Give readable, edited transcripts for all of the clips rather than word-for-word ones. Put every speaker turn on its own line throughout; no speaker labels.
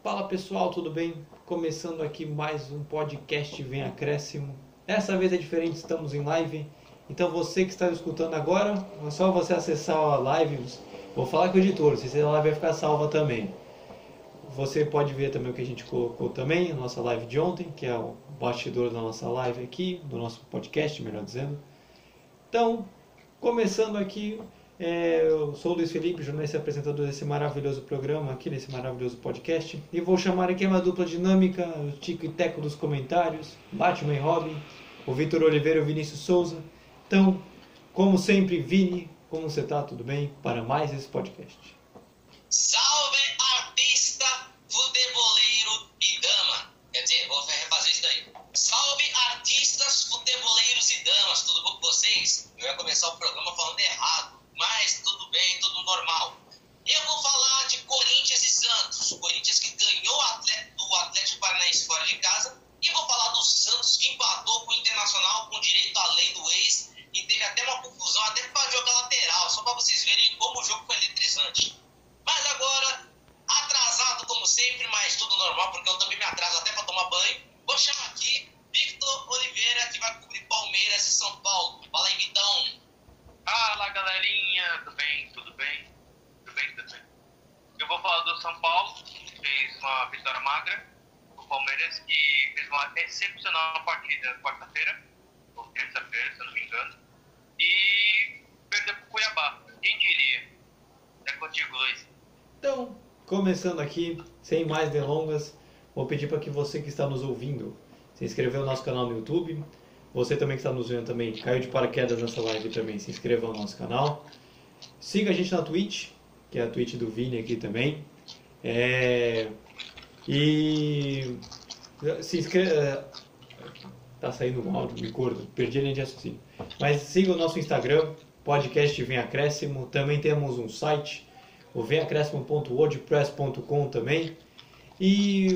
Fala pessoal, tudo bem? Começando aqui mais um podcast Vem Acréscimo. Dessa vez é diferente, estamos em live. Então você que está escutando agora, é só você acessar a live. Vou falar com o editor, se a live vai ficar salva também. Você pode ver também o que a gente colocou também, a nossa live de ontem, que é o bastidor da nossa live aqui, do nosso podcast, melhor dizendo. Então, começando aqui, eu sou o Luiz Felipe, jornalista e apresentador desse maravilhoso programa aqui, nesse maravilhoso podcast. E vou chamar aqui uma dupla dinâmica, o Tico e Teco dos comentários, Batman e Robin, o Vitor Oliveira e o Vinícius Souza. Então, como sempre, Vini, como você tá? Tudo bem? Para mais esse podcast.
Salve artista, futeboleiro e dama. Quer dizer, vou refazer isso daí. Salve artistas, futeboleiros e damas. Tudo bom com vocês? Eu ia começar o programa falando errado, mas tudo bem, tudo normal. Eu vou falar de Corinthians e Santos. O Corinthians que ganhou do Atlético Paranaense fora de casa. E vou falar do Santos que empatou com o Internacional com direito à lei do ex. E teve até uma confusão, até para jogar lateral. Só para vocês verem como o jogo foi eletrizante. Mas agora, atrasado como sempre, mas tudo normal, porque eu também me atraso até para tomar banho. Vou chamar aqui Victor Oliveira, que vai cobrir Palmeiras e São Paulo. Fala aí, Vitão.
Fala, galerinha. Tudo bem? Tudo bem? Tudo bem, tudo bem. Eu vou falar do São Paulo, que fez uma vitória magra. O Palmeiras, que fez uma excepcional partida quarta-feira, ou terça-feira, se eu não me engano. E perdeu para o Cuiabá. Quem diria? É contigo, Luiz.
Então, começando aqui, sem mais delongas, vou pedir para que você que está nos ouvindo se inscreva no nosso canal no YouTube. Você também que está nos vendo também, caiu de paraquedas nessa live também, se inscreva no nosso canal. Siga a gente na Twitch, que é a Twitch do Vini aqui também. E se inscreva... Tá saindo um áudio, me corto, perdi a linha de raciocínio. Mas siga o nosso Instagram, podcast Vem Acréscimo. Também temos um site, o vemacréscimo.wordpress.com também. E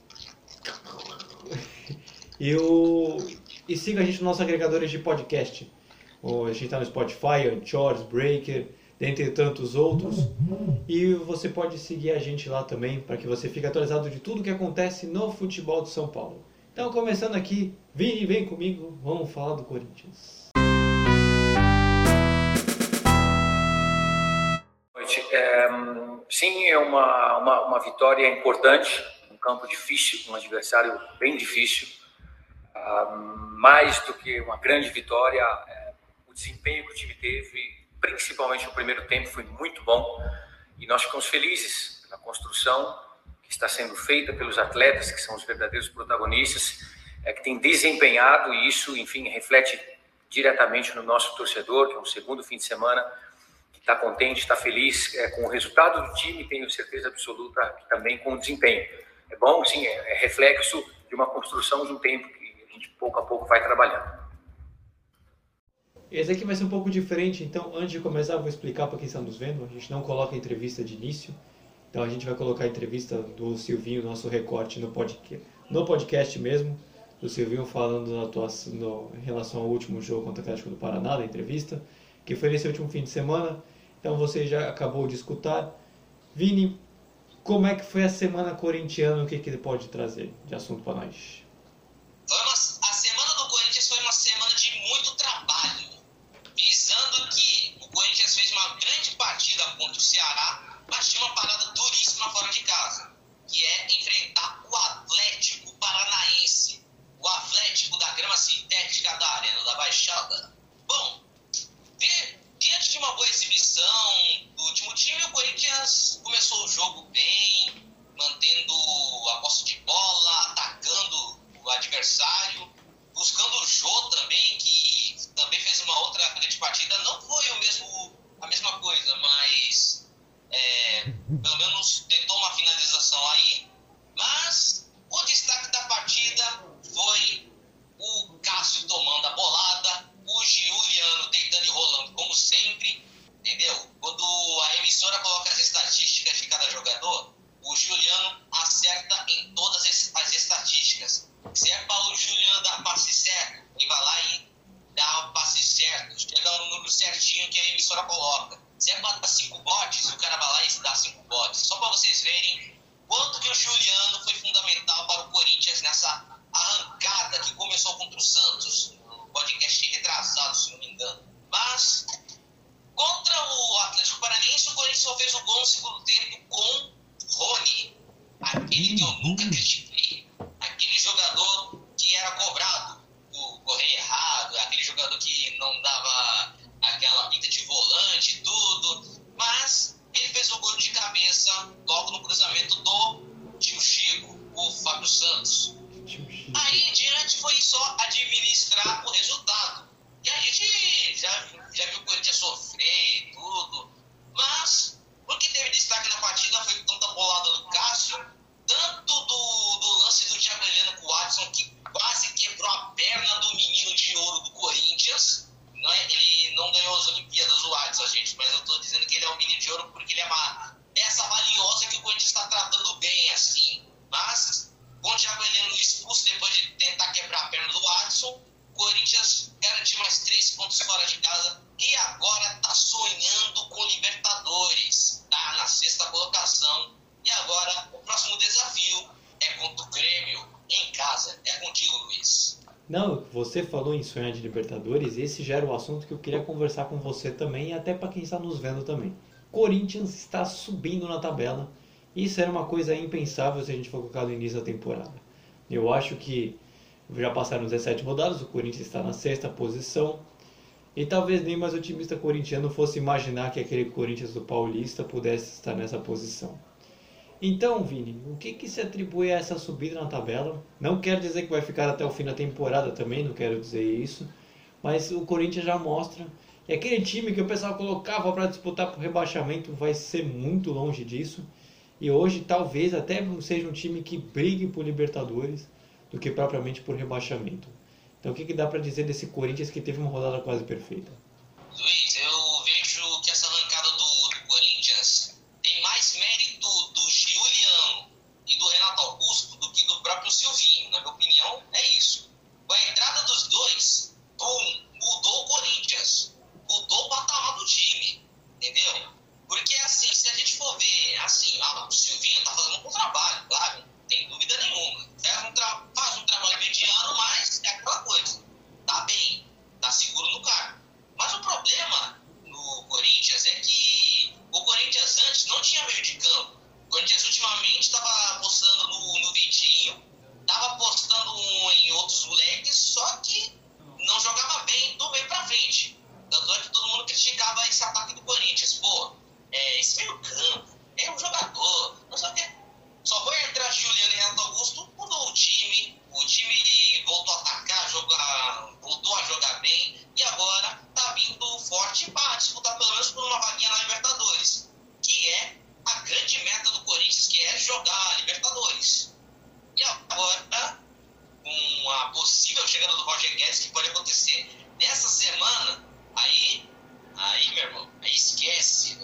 siga a gente nos nossos agregadores de podcast. A gente está no Spotify, Anchor, Breaker, dentre tantos outros. E você pode seguir a gente lá também, para que você fique atualizado de tudo que acontece no futebol de São Paulo. Então, começando aqui, Vini, vem comigo, vamos falar do Corinthians.
Sim, é uma vitória importante, um campo difícil, um adversário bem difícil. Mais do que uma grande vitória, o desempenho que o time teve, principalmente no primeiro tempo, foi muito bom. E nós ficamos felizes na construção que está sendo feita pelos atletas, que são os verdadeiros protagonistas, que têm desempenhado, e isso, enfim, reflete diretamente no nosso torcedor, que é um segundo fim de semana, que está contente, está feliz com o resultado do time, tenho certeza absoluta que também com o desempenho. É bom, sim, é reflexo de uma construção de um tempo que a gente pouco a pouco vai trabalhando.
Esse aqui vai ser um pouco diferente, então antes de começar eu vou explicar para quem está nos vendo. A gente não coloca entrevista de início, então a gente vai colocar a entrevista do Silvinho, nosso recorte no podcast mesmo, do Silvinho falando da atuação em relação ao último jogo contra o Atlético do Paraná, da entrevista, que foi nesse último fim de semana. Então você já acabou de escutar. Vini, como é que foi a semana corintiana, o que ele pode trazer de assunto para nós?
A semana do Corinthians foi uma semana de muito trabalho, visando que o Corinthians fez uma grande partida contra o Ceará, mas tinha uma parada duríssima fora de casa, que é enfrentar o Atlético Paranaense, o Atlético da grama sintética da Arena da Baixada. Bom, diante de uma boa exibição do último time, o Corinthians começou o jogo bem, mantendo a posse de bola, atacando aquele que eu nunca critiquei, aquele jogador que era cobrado por correr errado, aquele jogador que não dava aquela pinta de volante e tudo, mas ele fez um gol de cabeça logo no cruzamento do tio Chico, o Fábio Santos. Aí em diante foi só administrar o resultado. E a gente já viu o Corinthians sofrer e tudo, mas o que teve destaque na partida foi tanta bolada do Cássio, tanto do lance do Thiago Heleno com o Watson, que quase quebrou a perna do menino de ouro do Corinthians. Não é, ele não ganhou as Olimpíadas, o Watson, gente, mas eu tô dizendo que ele é um menino de ouro porque ele é uma peça valiosa que o Corinthians está tratando bem, assim. Mas, com o Thiago Heleno expulso depois de tentar quebrar a perna do Watson, o Corinthians garantiu mais 3 pontos fora de casa e agora tá sonhando com Libertadores. Tá na 6ª colocação. E agora, o próximo desafio é contra o Grêmio, em casa. É contigo, Luiz.
Não, você falou em sonhar de Libertadores, esse já era o assunto que eu queria conversar com você também e até para quem está nos vendo também. Corinthians está subindo na tabela. Isso era uma coisa impensável se a gente for colocar no início da temporada. Eu acho que já passaram 17 rodadas, o Corinthians está na 6ª posição. E talvez nem mais otimista corintiano fosse imaginar que aquele Corinthians do Paulista pudesse estar nessa posição. Então, Vini, o que se atribui a essa subida na tabela? Não quero dizer que vai ficar até o fim da temporada também, não quero dizer isso. Mas o Corinthians já mostra. E aquele time que o pessoal colocava para disputar por rebaixamento vai ser muito longe disso. E hoje talvez até seja um time que brigue por Libertadores do que propriamente por rebaixamento. Então o que dá para dizer desse Corinthians que teve uma rodada quase perfeita?
Luiz, eu vejo que essa arrancada do Corinthians tem mais mérito do Giuliano e do Renato Augusto do que do próprio Silvinho. Na minha opinião, é isso. Com a entrada dos dois, mudou o Corinthians. Mudou o patamar do time. Entendeu? Porque, assim, se a gente for ver, assim, o Silvinho tá fazendo um bom trabalho, claro, não tem dúvida nenhuma. Faz um trabalho mediano, mas é aquela coisa. Tá bem, tá seguro no cargo. Mas o problema no Corinthians é que o Corinthians antes não tinha meio de campo. O Corinthians ultimamente estava apostando no Vitinho, estava apostando em outros moleques, só que não jogava bem do meio pra frente. Tanto é que todo mundo criticava esse ataque do Corinthians. Pô, esse meio campo, é um jogador, não sei o que. Só foi entrar Giuliano e Renato Augusto, mudou o time voltou a atacar, voltou a jogar bem, e agora tá vindo forte para disputar pelo menos por uma vaguinha na Libertadores, que é a grande meta do Corinthians, que é jogar a Libertadores. E agora, com a possível chegada do Roger Guedes, que pode acontecer nessa semana, aí meu irmão, aí esquece,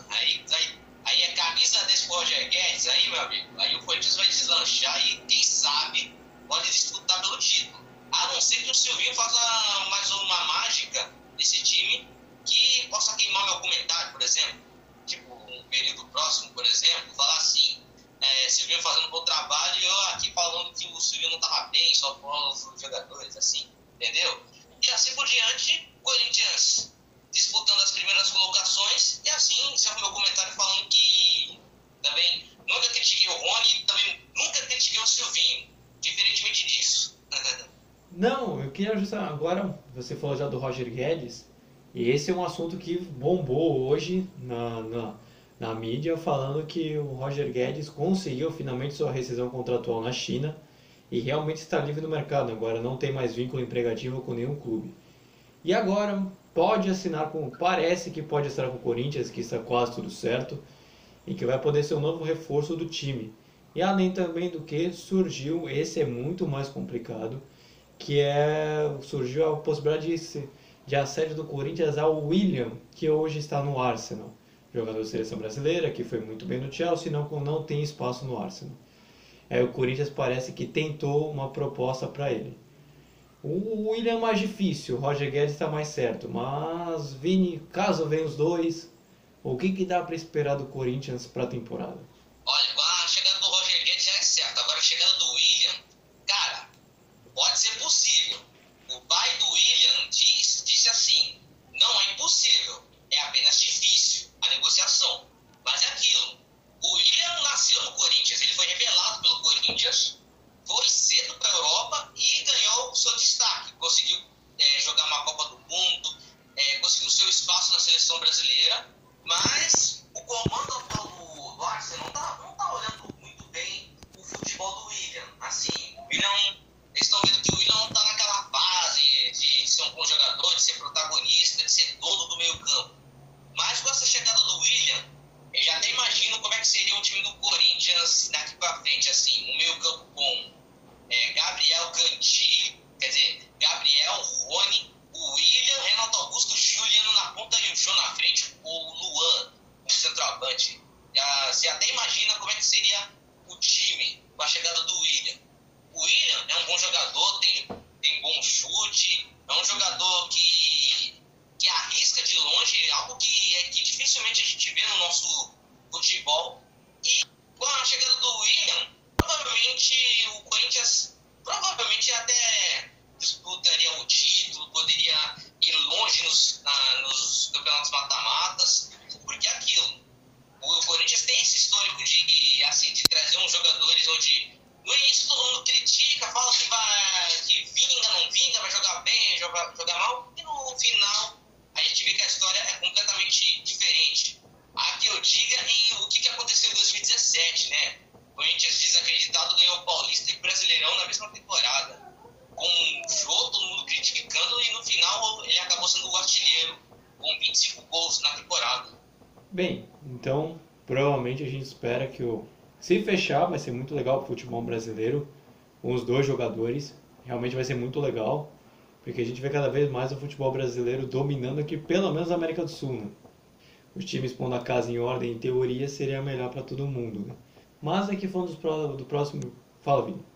aí é camisa desse Roger Guedes, aí meu amigo, aí o Corinthians vai deslanchar e quem sabe pode disputar pelo título. A não ser que o Silvinho faça mais uma mágica nesse time que possa queimar meu comentário, por exemplo, tipo um período próximo, por exemplo, falar assim, Silvinho fazendo um bom trabalho e eu aqui falando que o Silvinho não estava bem, só com os jogadores, assim, entendeu? E assim por diante, Corinthians disputando as primeiras colocações, e assim encerro meu comentário falando que também nunca critiquei o Rony e também nunca critiquei o Silvinho, diferentemente disso.
Não, eu queria ajustar. Agora você falou já do Roger Guedes, e esse é um assunto que bombou hoje na mídia, falando que o Roger Guedes conseguiu finalmente sua rescisão contratual na China e realmente está livre no mercado. Agora não tem mais vínculo emregativo com nenhum clube. E agora pode assinar parece que pode assinar com o Corinthians, que está quase tudo certo, e que vai poder ser um novo reforço do time. E além também do que surgiu, esse é muito mais complicado, surgiu a possibilidade de assédio do Corinthians ao William, que hoje está no Arsenal. Jogador da seleção brasileira, que foi muito bem no Chelsea, não tem espaço no Arsenal. O Corinthians parece que tentou uma proposta para ele. O William é mais difícil, o Roger Guedes está mais certo. Mas, Vini, caso venham os dois, o que dá para esperar do Corinthians para a temporada?
Olha, a chegada do Roger Guedes já é certa. Agora a chegada do William, cara, pode ser possível. O pai do William disse assim, não é impossível, é apenas difícil a negociação. Mas é aquilo, o William nasceu no Corinthians, ele foi revelado pelo Corinthians. Rangers, foi cedo para a Europa e ganhou o seu destaque. Conseguiu jogar uma Copa do Mundo, conseguiu seu espaço na seleção brasileira, mas o comando atual do Arsenal não tá olhando muito bem o futebol do Willian. Assim, o Willian, eles estão vendo que o Willian não está naquela fase de ser um bom jogador, de ser protagonista, de ser dono do meio campo. Mas com essa chegada do Willian, eu já até imagino como é que seria o time do Corinthians daqui para frente, assim, um meio campo com Gabriel Canty, quer dizer, Gabriel, Rony, o Willian, Renato Augusto, Juliano na ponta e o Jô na frente, o Luan, o centroavante. Você até imagina como é que seria o time com a chegada do Willian. O Willian é um bom jogador, tem bom chute, é um jogador que arrisca de longe, algo que dificilmente a gente vê no nosso futebol. E com a chegada do Willian, provavelmente o Corinthians até disputaria o título, poderia ir longe nos campeonatos mata-matas, porque aquilo, o Corinthians tem esse histórico de trazer uns jogadores onde no início todo mundo critica, fala que vinga, não vinga, vai jogar bem, jogar mal, e no final a gente vê que a história é completamente diferente. Há que eu diga o que aconteceu em 2017, né? O Corinthians desacreditado ganhou o Paulista e o Brasileirão na mesma temporada. Com o Jô, todo mundo criticando, e no final ele acabou sendo o artilheiro, com 25 gols na temporada.
Bem, então provavelmente a gente espera que se fechar vai ser muito legal para o futebol brasileiro, com os dois jogadores, realmente vai ser muito legal, porque a gente vê cada vez mais o futebol brasileiro dominando aqui, pelo menos na América do Sul, né? Os times pondo a casa em ordem, em teoria, seria melhor para todo mundo, né? Mas aqui falando do próximo... Fala, Vini.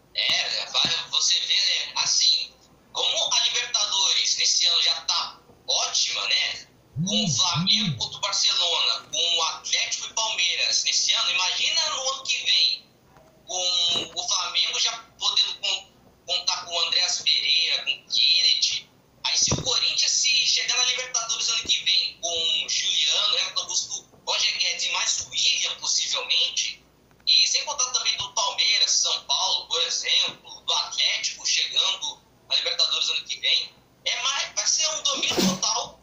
Você vê, né, assim, como a Libertadores nesse ano já tá ótima, né? Com o Flamengo contra o Barcelona, com o Atlético e Palmeiras nesse ano, imagina no ano que vem, com o Flamengo já podendo contar com o Andreas Pereira, com o Kennedy. Aí se o Corinthians chegar na Libertadores ano que vem com Juliano, Renato Augusto, Roger Guedes e mais o Willian, possivelmente, e sem contar também do Palmeiras, São Paulo, por exemplo, do Atlético chegando na Libertadores ano que vem, vai ser um domínio total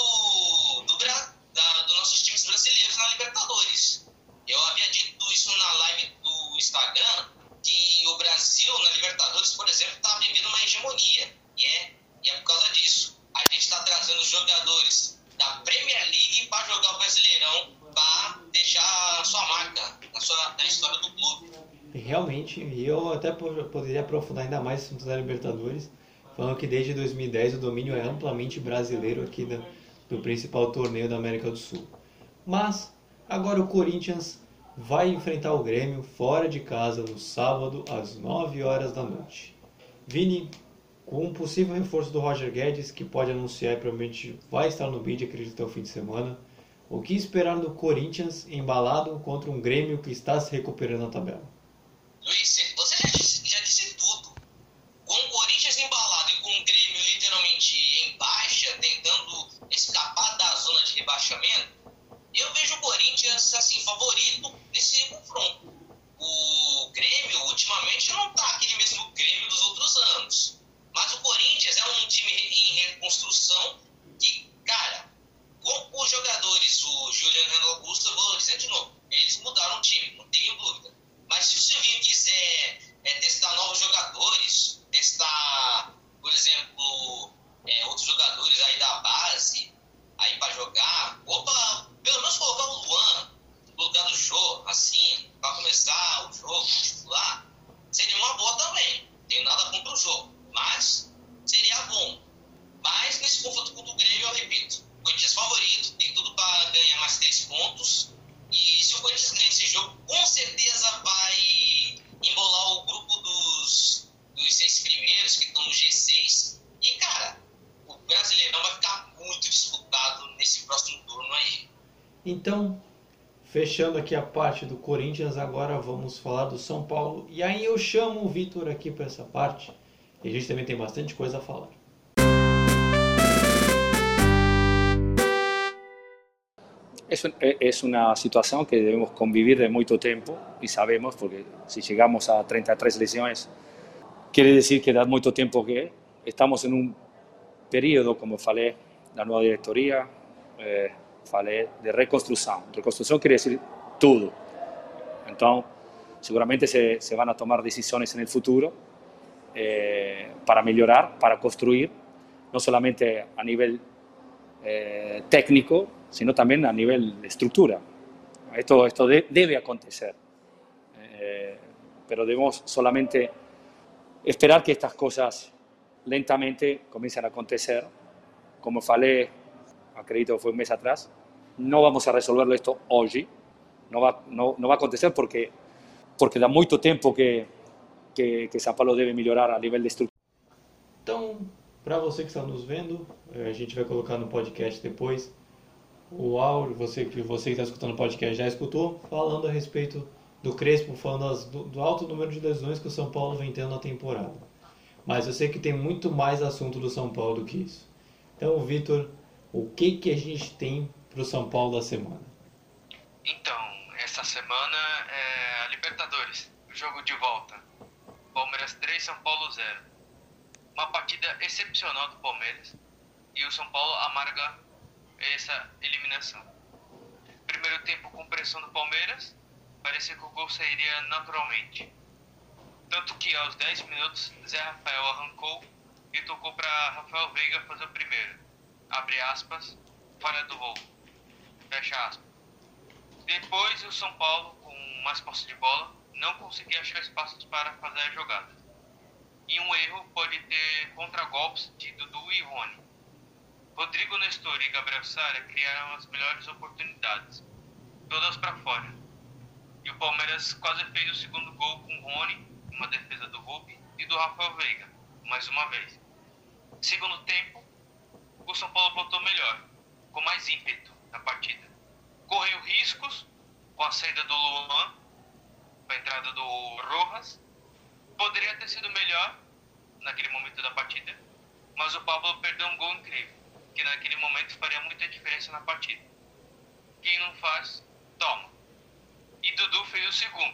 dos nossos times brasileiros na Libertadores. Eu havia dito isso na live do Instagram, que o Brasil na Libertadores, por exemplo, está vivendo uma hegemonia. E é por causa disso. A gente está trazendo jogadores da Premier League para jogar o Brasileirão, para deixar a sua marca na história do clube.
Realmente, e eu até poderia aprofundar ainda mais o assunto da Libertadores, falando que desde 2010 o domínio é amplamente brasileiro aqui do principal torneio da América do Sul. Mas agora o Corinthians vai enfrentar o Grêmio fora de casa no sábado às 9 horas da noite. Vini, com um possível reforço do Roger Guedes, que pode anunciar e provavelmente vai estar no bid, acredito, até o fim de semana, o que esperar do Corinthians embalado contra um Grêmio que está se recuperando na tabela?
Luiz, você já disse tudo. Com o Corinthians embalado e com o Grêmio literalmente em baixa, tentando escapar da zona de rebaixamento, eu vejo o Corinthians assim, favorito nesse confronto. O Grêmio ultimamente não está aquele mesmo Grêmio dos outros anos. Mas o Corinthians é um time em reconstrução que, cara, com os jogadores, o Juliano e o Renato Augusto, eu vou dizer de novo, eles mudaram o time, não tenho dúvida. Mas se o Silvinho quiser testar novos jogadores, testar, por exemplo, outros jogadores aí da base, aí para jogar, pelo menos colocar o Luan no lugar do Jô, assim, para começar o jogo titular, seria uma boa também. Não tenho nada contra o jogo, mas seria bom. Mas nesse confronto contra o Grêmio, eu repito, o Corinthians favorito, tem tudo para ganhar mais 3 pontos. E se o Corinthians ganhar esse jogo, com certeza vai embolar o grupo dos 6 primeiros que estão no G6. E, cara, o Brasileirão vai ficar muito disputado nesse próximo turno aí.
Então, fechando aqui a parte do Corinthians, agora vamos falar do São Paulo. E aí eu chamo o Vitor aqui para essa parte. E a gente também tem bastante coisa a falar.
Es una situación que debemos convivir de mucho tiempo.
y sabemos, porque si llegamos a 33 lesões, quiere decir que da muito tempo que estamos en un periodo, como falei, da nueva diretoria, falei de reconstrução. Reconstrução quiere decir tudo. Então, seguramente se van a tomar decisiones en el futuro para mejorar, para construir, no solamente a nivel técnico, sino también a nivel de estructura. Esto debe acontecer, pero debemos solamente esperar que estas cosas lentamente comiencen a acontecer. Como falei, acredito que fue un mes atrás, no vamos a resolverlo esto hoy, no va a acontecer porque dá muito tempo que São Paulo deve melhorar a nível de estrutura.
Então, para você que está nos vendo, a gente vai colocar no podcast depois o áudio, você que está escutando o podcast já escutou, falando a respeito do Crespo, falando do alto número de lesões que o São Paulo vem tendo na temporada. Mas eu sei que tem muito mais assunto do São Paulo do que isso. Então, Vitor, o que a gente tem para o São Paulo da semana?
Então, essa semana é a Libertadores, o jogo de volta. Palmeiras 3, São Paulo 0. Uma partida excepcional do Palmeiras e o São Paulo amarga essa eliminação. Primeiro tempo com pressão do Palmeiras, parecia que o gol sairia naturalmente. Tanto que aos 10 minutos, Zé Rafael arrancou e tocou para Rafael Veiga fazer o primeiro. Abre aspas, falha do gol. Fecha aspas. Depois o São Paulo, com mais posse de bola, não conseguia achar espaços para fazer a jogada. E um erro pode ter contragolpes de Dudu e Rony. Rodrigo Nestor e Gabriel Sara criaram as melhores oportunidades, todas para fora. E o Palmeiras quase fez o segundo gol com Rony, uma defesa do Volpi, e do Rafael Veiga, mais uma vez. Segundo tempo, o São Paulo voltou melhor, com mais ímpeto na partida. Correu riscos com a saída do Luan, com a entrada do Rojas. Poderia ter sido melhor naquele momento da partida, mas o Pablo perdeu um gol incrível, que naquele momento faria muita diferença na partida. Quem não faz, toma. E Dudu fez o segundo.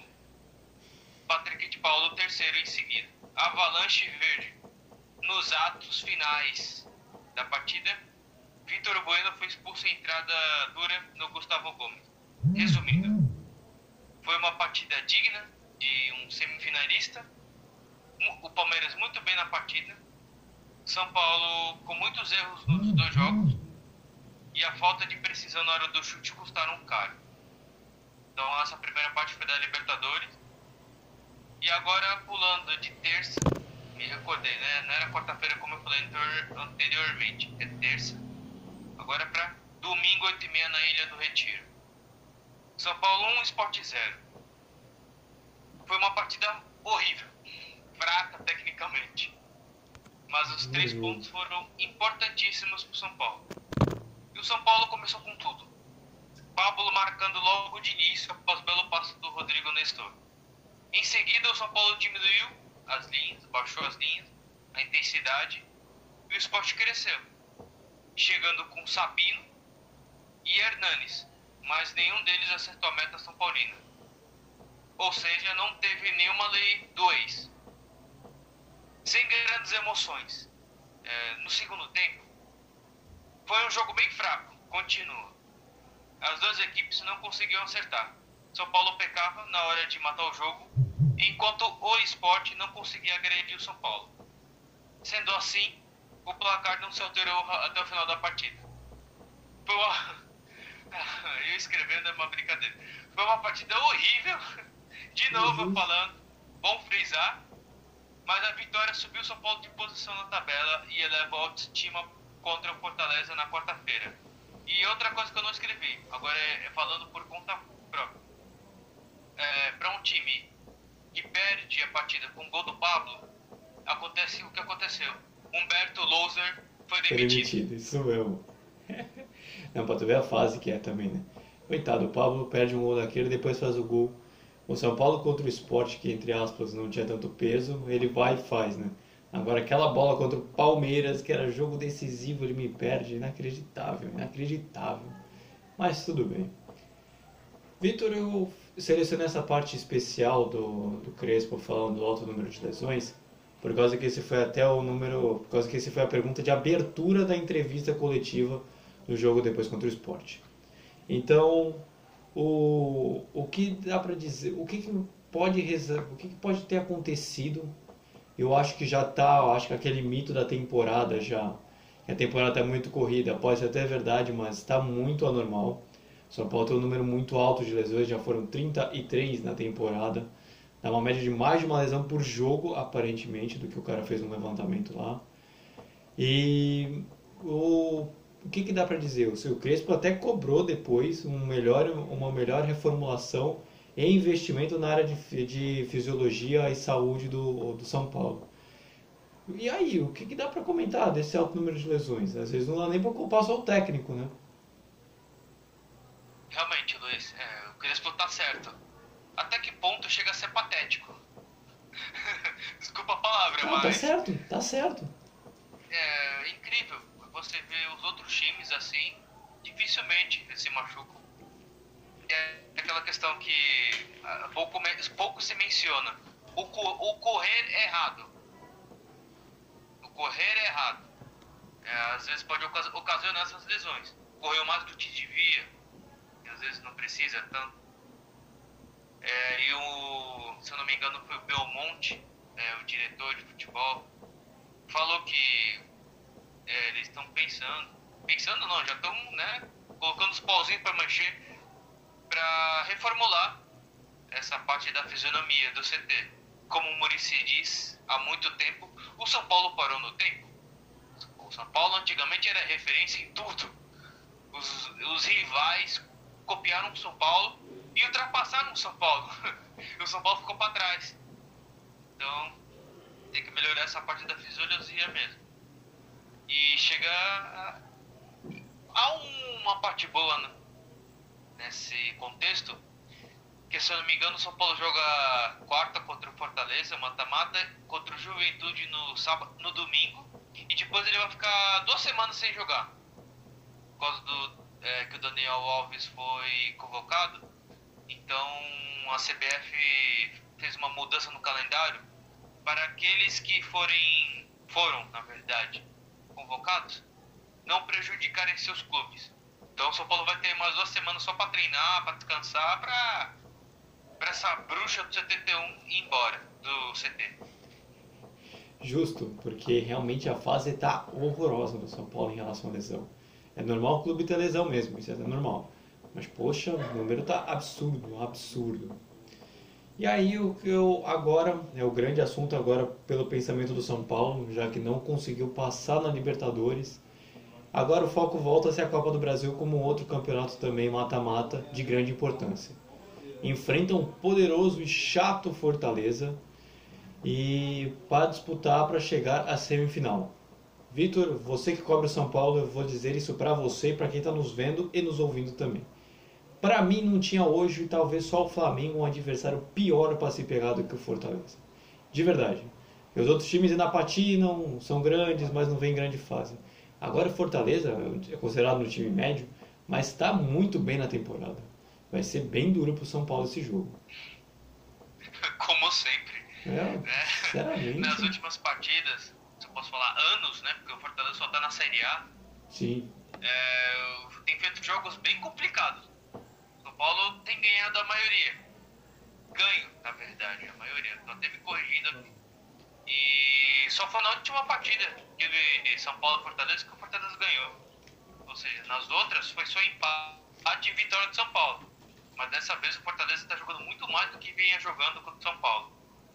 Patrick de Paulo o terceiro em seguida. Avalanche verde. Nos atos finais da partida, Vitor Bueno foi expulso em entrada dura no Gustavo Gomes. Resumindo, foi uma partida digna de um semifinalista. O Palmeiras muito bem na partida. São Paulo com muitos erros nos dois jogos. E a falta de precisão na hora do chute custaram caro. Então essa primeira parte foi da Libertadores. E agora pulando de terça, me recordei, né? Não era quarta-feira como eu falei anteriormente, é terça. Agora é para domingo 8h30 na Ilha do Retiro. São Paulo 1, Sport 0. Foi uma partida horrível, fraca tecnicamente. Mas os 3 pontos foram importantíssimos para o São Paulo. E o São Paulo começou com tudo. Pablo marcando logo de início após o belo passo do Rodrigo Nestor. Em seguida o São Paulo diminuiu as linhas, baixou as linhas, a intensidade, e o Sport cresceu. Chegando com Sabino e Hernanes, mas nenhum deles acertou a meta São Paulina. Ou seja, não teve nenhuma lei do ex. Sem grandes emoções. No segundo tempo, foi um jogo bem fraco, continua. As duas equipes não conseguiam acertar. São Paulo pecava na hora de matar o jogo, enquanto o Sport não conseguia agredir o São Paulo. Sendo assim, o placar não se alterou até o final da partida. Foi uma... Eu escrevendo é uma brincadeira. Foi uma partida horrível. De novo falando, bom frisar. Mas a vitória subiu o São Paulo de posição na tabela e eleva a autoestima contra o Fortaleza na quarta-feira. E outra coisa que eu não escrevi, agora é falando por conta própria. Para um time que perde a partida com o gol do Pablo, acontece o que aconteceu. Humberto Louser foi demitido.
Isso mesmo. Não, pra tu ver a fase que é também, né? Coitado, o Pablo perde um gol daquele, depois faz o gol. O São Paulo contra o Sport, que entre aspas não tinha tanto peso, ele vai e faz, né? Agora aquela bola contra o Palmeiras, que era jogo decisivo, ele me perde. Inacreditável, inacreditável. Mas tudo bem. Vitor, eu selecionei essa parte especial do Crespo falando do alto número de lesões, por causa que esse foi até o número, por causa que esse foi a pergunta de abertura da entrevista coletiva do jogo depois contra o Sport. Então, o que dá para dizer, o que pode ter acontecido? Eu acho que já tá, eu acho que aquele mito da temporada já, a temporada está muito corrida, pode ser até verdade, mas está muito anormal. São Paulo tem um número muito alto de lesões, já foram 33 na temporada. Dá uma média de mais de uma lesão por jogo, aparentemente, do que o cara fez no levantamento lá. E o que dá para dizer? O seu Crespo até cobrou depois uma melhor reformulação e investimento na área de fisiologia e saúde do São Paulo. E aí, o que dá para comentar desse alto número de lesões? Às vezes não dá nem para culpar só o técnico, né?
Realmente, Luiz, o Crespo tá certo. Até que ponto chega a ser patético? Desculpa a palavra, mas...
Tá certo.
É incrível. Você vê os outros times assim, dificilmente eles se machucam. É aquela questão que pouco se menciona. O correr é errado. O correr é errado. Às vezes pode ocasionar essas lesões. Correu mais do que devia. E às vezes não precisa tanto. Se eu não me engano foi o Belmonte, o diretor de futebol, falou que eles estão pensando não, já estão, né, colocando os pauzinhos para mexer, para reformular essa parte da fisionomia do CT. Como o Muricy diz, há muito tempo, o São Paulo parou no tempo. O São Paulo antigamente era referência em tudo. Os rivais copiaram o São Paulo e ultrapassaram o São Paulo. O São Paulo ficou para trás. Então, tem que melhorar essa parte da fisiologia mesmo. E chegar a uma parte boa nesse contexto, que se eu não me engano o São Paulo joga quarta contra o Fortaleza, mata-mata, contra o Juventude no domingo, e depois ele vai ficar 2 semanas sem jogar, por causa que o Daniel Alves foi convocado. Então a CBF fez uma mudança no calendário para aqueles que foram, na verdade, convocados, não prejudicarem seus clubes. Então o São Paulo vai ter mais 2 semanas só para treinar, para descansar, para essa bruxa do 71 ir embora do CT.
Justo, porque realmente a fase está horrorosa no São Paulo em relação à lesão. É normal o clube ter lesão mesmo, isso é normal. Mas poxa, o número está absurdo. E aí agora é o grande assunto agora pelo pensamento do São Paulo, já que não conseguiu passar na Libertadores. Agora o foco volta-se à Copa do Brasil como outro campeonato também mata-mata de grande importância. Enfrenta um poderoso e chato Fortaleza e para disputar para chegar à semifinal. Vitor, você que cobre o São Paulo, eu vou dizer isso para você e para quem está nos vendo e nos ouvindo também. Para mim não tinha hoje, talvez só o Flamengo, um adversário pior para se pegar do que o Fortaleza. De verdade. Os outros times ainda patinam, são grandes, mas não vem em grande fase. Agora o Fortaleza é considerado um time médio, mas está muito bem na temporada. Vai ser bem duro para o São Paulo esse jogo.
Como sempre.
Sinceramente.
Nas últimas partidas, se eu posso falar anos, né? Porque o Fortaleza só está na Série A.
Sim.
Tem feito jogos bem complicados. O São Paulo tem ganhado a maioria. Ganho, na verdade, a maioria. Só teve corrigida aqui. E só foi na última partida de São Paulo e Fortaleza que o Fortaleza ganhou. Ou seja, nas outras foi só empate e vitória de São Paulo. Mas dessa vez o Fortaleza está jogando muito mais do que vinha jogando contra o São Paulo.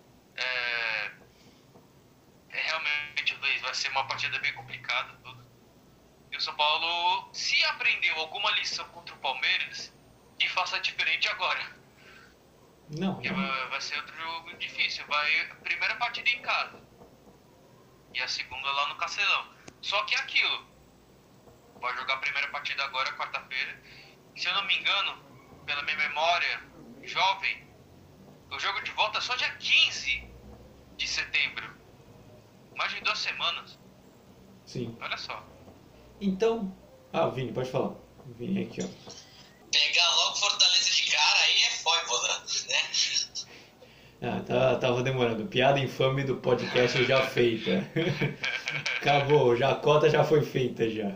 Realmente, Luiz, vai ser uma partida bem complicada. Tudo. E o São Paulo, se aprendeu alguma lição contra o Palmeiras, que faça diferente agora.
Não.
Porque vai ser outro jogo difícil. A primeira partida em casa. E a segunda lá no Castelão. Só que é aquilo. Vai jogar a primeira partida agora, quarta-feira. Se eu não me engano, pela minha memória jovem, o jogo de volta é só dia 15 de setembro. Mais de 2 semanas.
Sim.
Olha só.
Então... Vini, pode falar. Vini aqui, ó.
Pegar logo Fortaleza de cara aí é vou dar, né?
Tava demorando. Piada infame do podcast já feita. Acabou, a cota já foi feita já.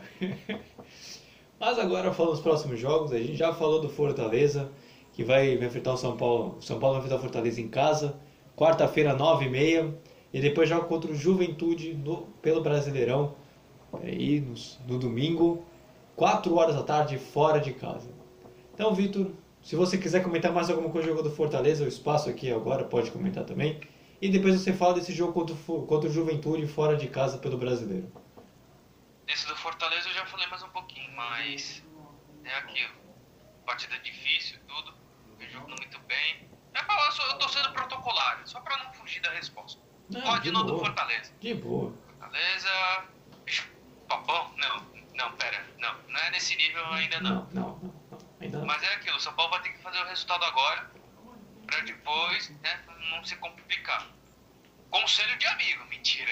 Mas agora falando dos próximos jogos, a gente já falou do Fortaleza, que vai enfrentar o São Paulo. O São Paulo vai enfrentar o Fortaleza em casa, quarta-feira, 9h30. E depois joga contra o Juventude pelo Brasileirão, aí no domingo, 4 horas da tarde, fora de casa. Então, Vitor, se você quiser comentar mais alguma coisa do jogo do Fortaleza, o espaço aqui agora pode comentar também. E depois você fala desse jogo contra o Juventude fora de casa pelo Brasileiro.
Esse do Fortaleza eu já falei mais um pouquinho, mas é aquilo. Partida difícil, tudo. Vem jogando muito bem. Eu tô sendo protocolar, só pra não fugir da resposta. Pode não do Fortaleza.
De boa.
Fortaleza. Papão? Não é nesse nível ainda não.
Não. Ainda não.
Mas é aquilo, o São Paulo vai ter que fazer o resultado agora, pra depois, né, não se complicar. Conselho de amigo, mentira.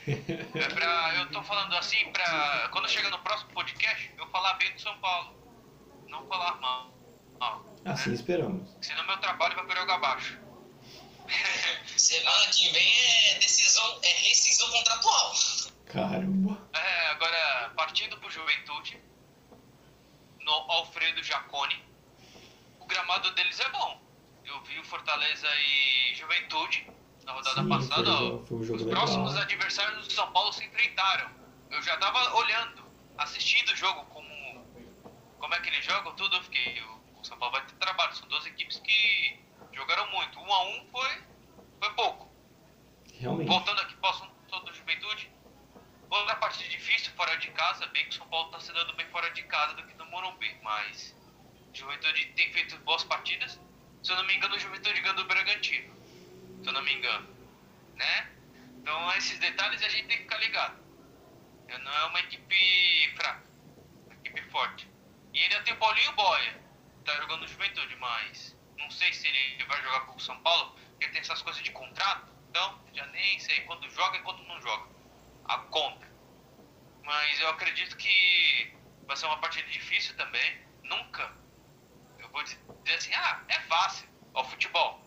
Eu tô falando assim pra quando chegar no próximo podcast, eu falar bem do São Paulo. Não falar mal.
Assim
né?
Esperamos.
Senão meu trabalho vai por água abaixo.
Semana que vem é rescisão contratual.
Caramba.
Agora, partindo pro Juventude, no Alfredo Jaconi, o gramado deles é bom. Eu vi o Fortaleza e Juventude na rodada passada.
Foi um jogo
os
legal.
próximos adversários do São Paulo se enfrentaram. Eu já tava olhando, assistindo o jogo, como é que eles jogam, tudo. Eu fiquei, o São Paulo vai ter trabalho. São duas equipes que jogaram muito. 1-1 foi pouco.
Realmente.
Voltando aqui para o assunto do Juventude, outra partida difícil fora de casa, bem que o São Paulo está se dando bem fora de casa do que no Morumbi, mas o Juventude tem feito boas partidas. Se eu não me engano, o Juventude ganhou do Bragantino, se eu não me engano, né? Então esses detalhes a gente tem que ficar ligado. Não é uma equipe fraca, uma equipe forte. E ainda tem o Paulinho Boia, que tá jogando no Juventude, mas não sei se ele vai jogar com o São Paulo, porque tem essas coisas de contrato, então já nem sei quando joga e quando não joga. A conta. Mas eu acredito que vai ser uma partida difícil também. Nunca. Eu vou dizer assim, é fácil. Ó, futebol.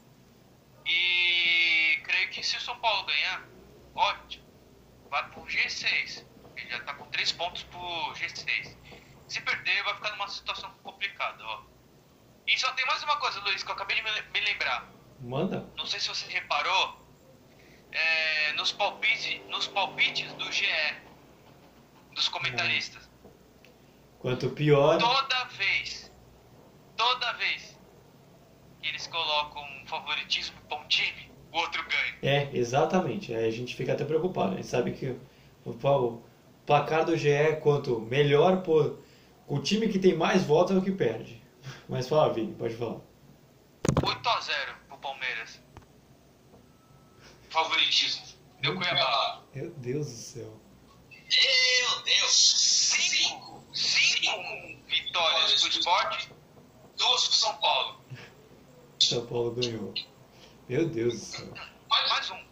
E creio que se o São Paulo ganhar, ótimo. Vai pro G6. Ele já tá com 3 pontos pro G6. Se perder, vai ficar numa situação complicada, ó. E só tem mais uma coisa, Luiz, que eu acabei de me lembrar.
Manda.
Não sei se você reparou. Nos palpites do GE, dos comentaristas.
Quanto pior.
Toda vez que eles colocam um favoritismo para um time, o outro ganha.
Exatamente. A gente fica até preocupado. A gente sabe que o placar do GE, quanto melhor, o time que tem mais votos é o que perde. Mas fala, Vini, pode falar.
8-0 pro Palmeiras. Favoritismo. Deu Cuiabá.
Meu Deus do céu.
Meu Deus!
5 vitórias pro Sport, 2 pro São Paulo.
São Paulo ganhou. Meu Deus do céu.
Mais um.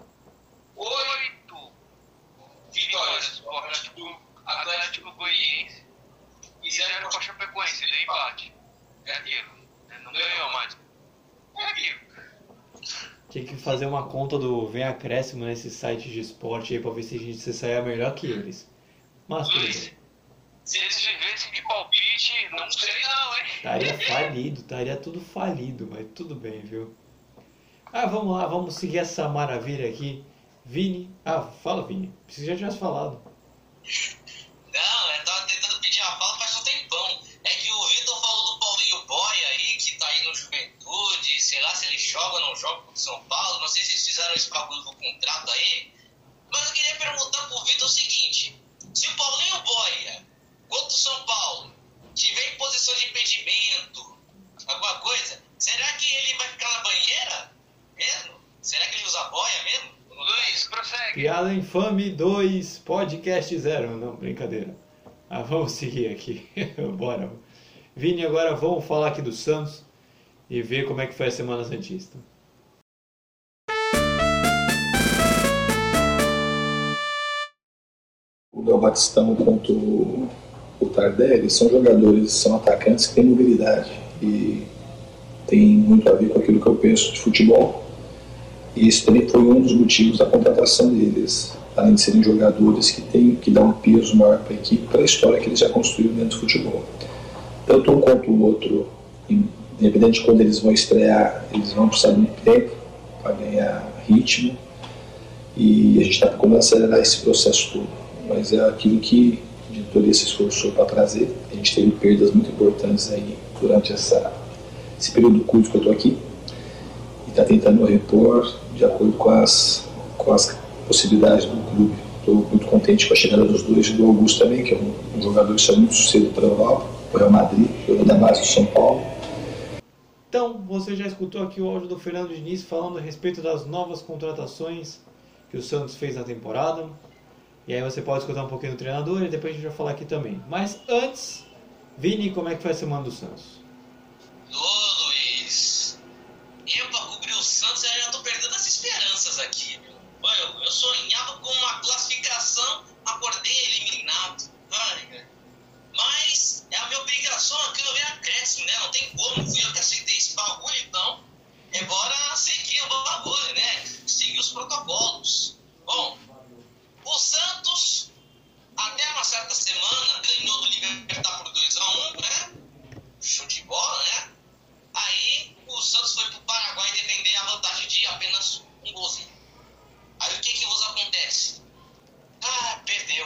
8 vitórias pro Atlético Goianiense e 0 pro Chapecoense, deu empate. É aquilo. Não ganhou mais. É aquilo.
Tinha que fazer uma conta do Vem Acréscimo nesse site de esporte aí pra ver se a gente se saia melhor que eles. Mas tudo
Luiz,
bem.
se eles vivessem de palpite, não sei não, hein?
Estaria tudo falido, mas tudo bem, viu? Vamos lá, vamos seguir essa maravilha aqui. Vini. Fala, Vini. Você já tivesse falado.
Não, eu tava tentando pedir a fala faz um tempão. É que o Vitor falou do Paulinho Boia aí, que tá aí no Juventude, sei lá se ele joga ou não joga pro São Paulo, não sei se eles fizeram esse bagulho do contrato aí. Mas eu queria perguntar pro Vitor o seguinte: se o Paulinho Boia, contra o São Paulo, tiver em posição de impedimento, alguma coisa, será que ele vai ficar na banheira mesmo? Será que ele usa boia mesmo?
Luiz, prossegue.
Piada Infame 2, podcast 0. Não, brincadeira. Vamos seguir aqui. Bora. Vini, agora vamos falar aqui do Santos e ver como é que foi a Semana Santista.
O Del Batistão quanto o Tardelli são jogadores, são atacantes que têm mobilidade e tem muito a ver com aquilo que eu penso de futebol. E isso também foi um dos motivos da contratação deles, além de serem jogadores que dão um peso maior para a equipe, para a história que eles já construíram dentro do futebol. Tanto um quanto o outro, independente de quando eles vão estrear, eles vão precisar de muito tempo para ganhar ritmo, e a gente está procurando acelerar esse processo todo. Mas é aquilo que a diretoria se esforçou para trazer. A gente teve perdas muito importantes aí durante esse período curto que eu estou aqui, e está tentando repor de acordo com as possibilidades do clube. Estou muito contente com a chegada dos dois, do Augusto também, que é um jogador que saiu muito cedo para a Europa, o Real Madrid, jogou da base do São Paulo.
Então, você já escutou aqui o áudio do Fernando Diniz falando a respeito das novas contratações que o Santos fez na temporada. E aí você pode escutar um pouquinho do treinador e depois a gente vai falar aqui também. Mas antes, Vini, como é que foi a semana do Santos?
Ô Luiz, eu pra cobrir o Santos eu já tô perdendo as esperanças aqui. Eu sonhava com uma classificação, acordei eliminado. Mas é a minha obrigação aqui no acréscimo, né? Não tem como, fui eu que aceitei esse bagulho, então é bora seguir o bagulho, né? Seguir os protocolos. Bom, o Santos, até uma certa semana, ganhou do Libertad por 2-1, né? Show de bola, né? Aí o Santos foi pro Paraguai defender a vantagem de apenas um golzinho. Aí o que vos acontece? Perdeu.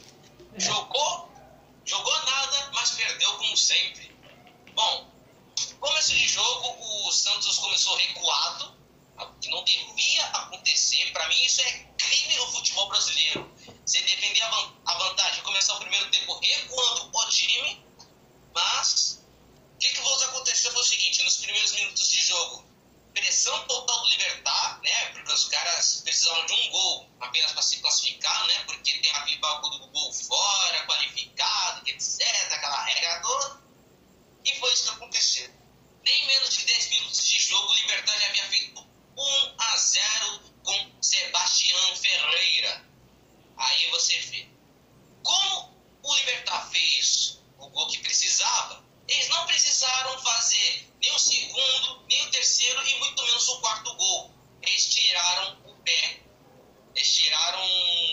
Jogou nada, mas perdeu como sempre. Bom, começo de jogo, o Santos começou recuado, que não devia acontecer. Para mim isso é crime no futebol brasileiro. Você defender a vantagem, começar o primeiro tempo recuando o time, mas o que vos aconteceu foi o seguinte: nos primeiros minutos de jogo, pressão total do Libertad, né? Porque os caras precisavam de um gol apenas para se classificar, né? Porque tem aquele bagulho do gol fora, qualificado, etc. Aquela regra toda. E foi isso que aconteceu. Nem menos de 10 minutos de jogo, o Libertad já havia feito 1-0 com Sebastián Ferreira. Aí você vê. Como o Libertad fez o gol que precisava, eles não precisaram fazer nem o segundo, nem o terceiro e muito menos o quarto gol. Eles tiraram o pé. Eles tiraram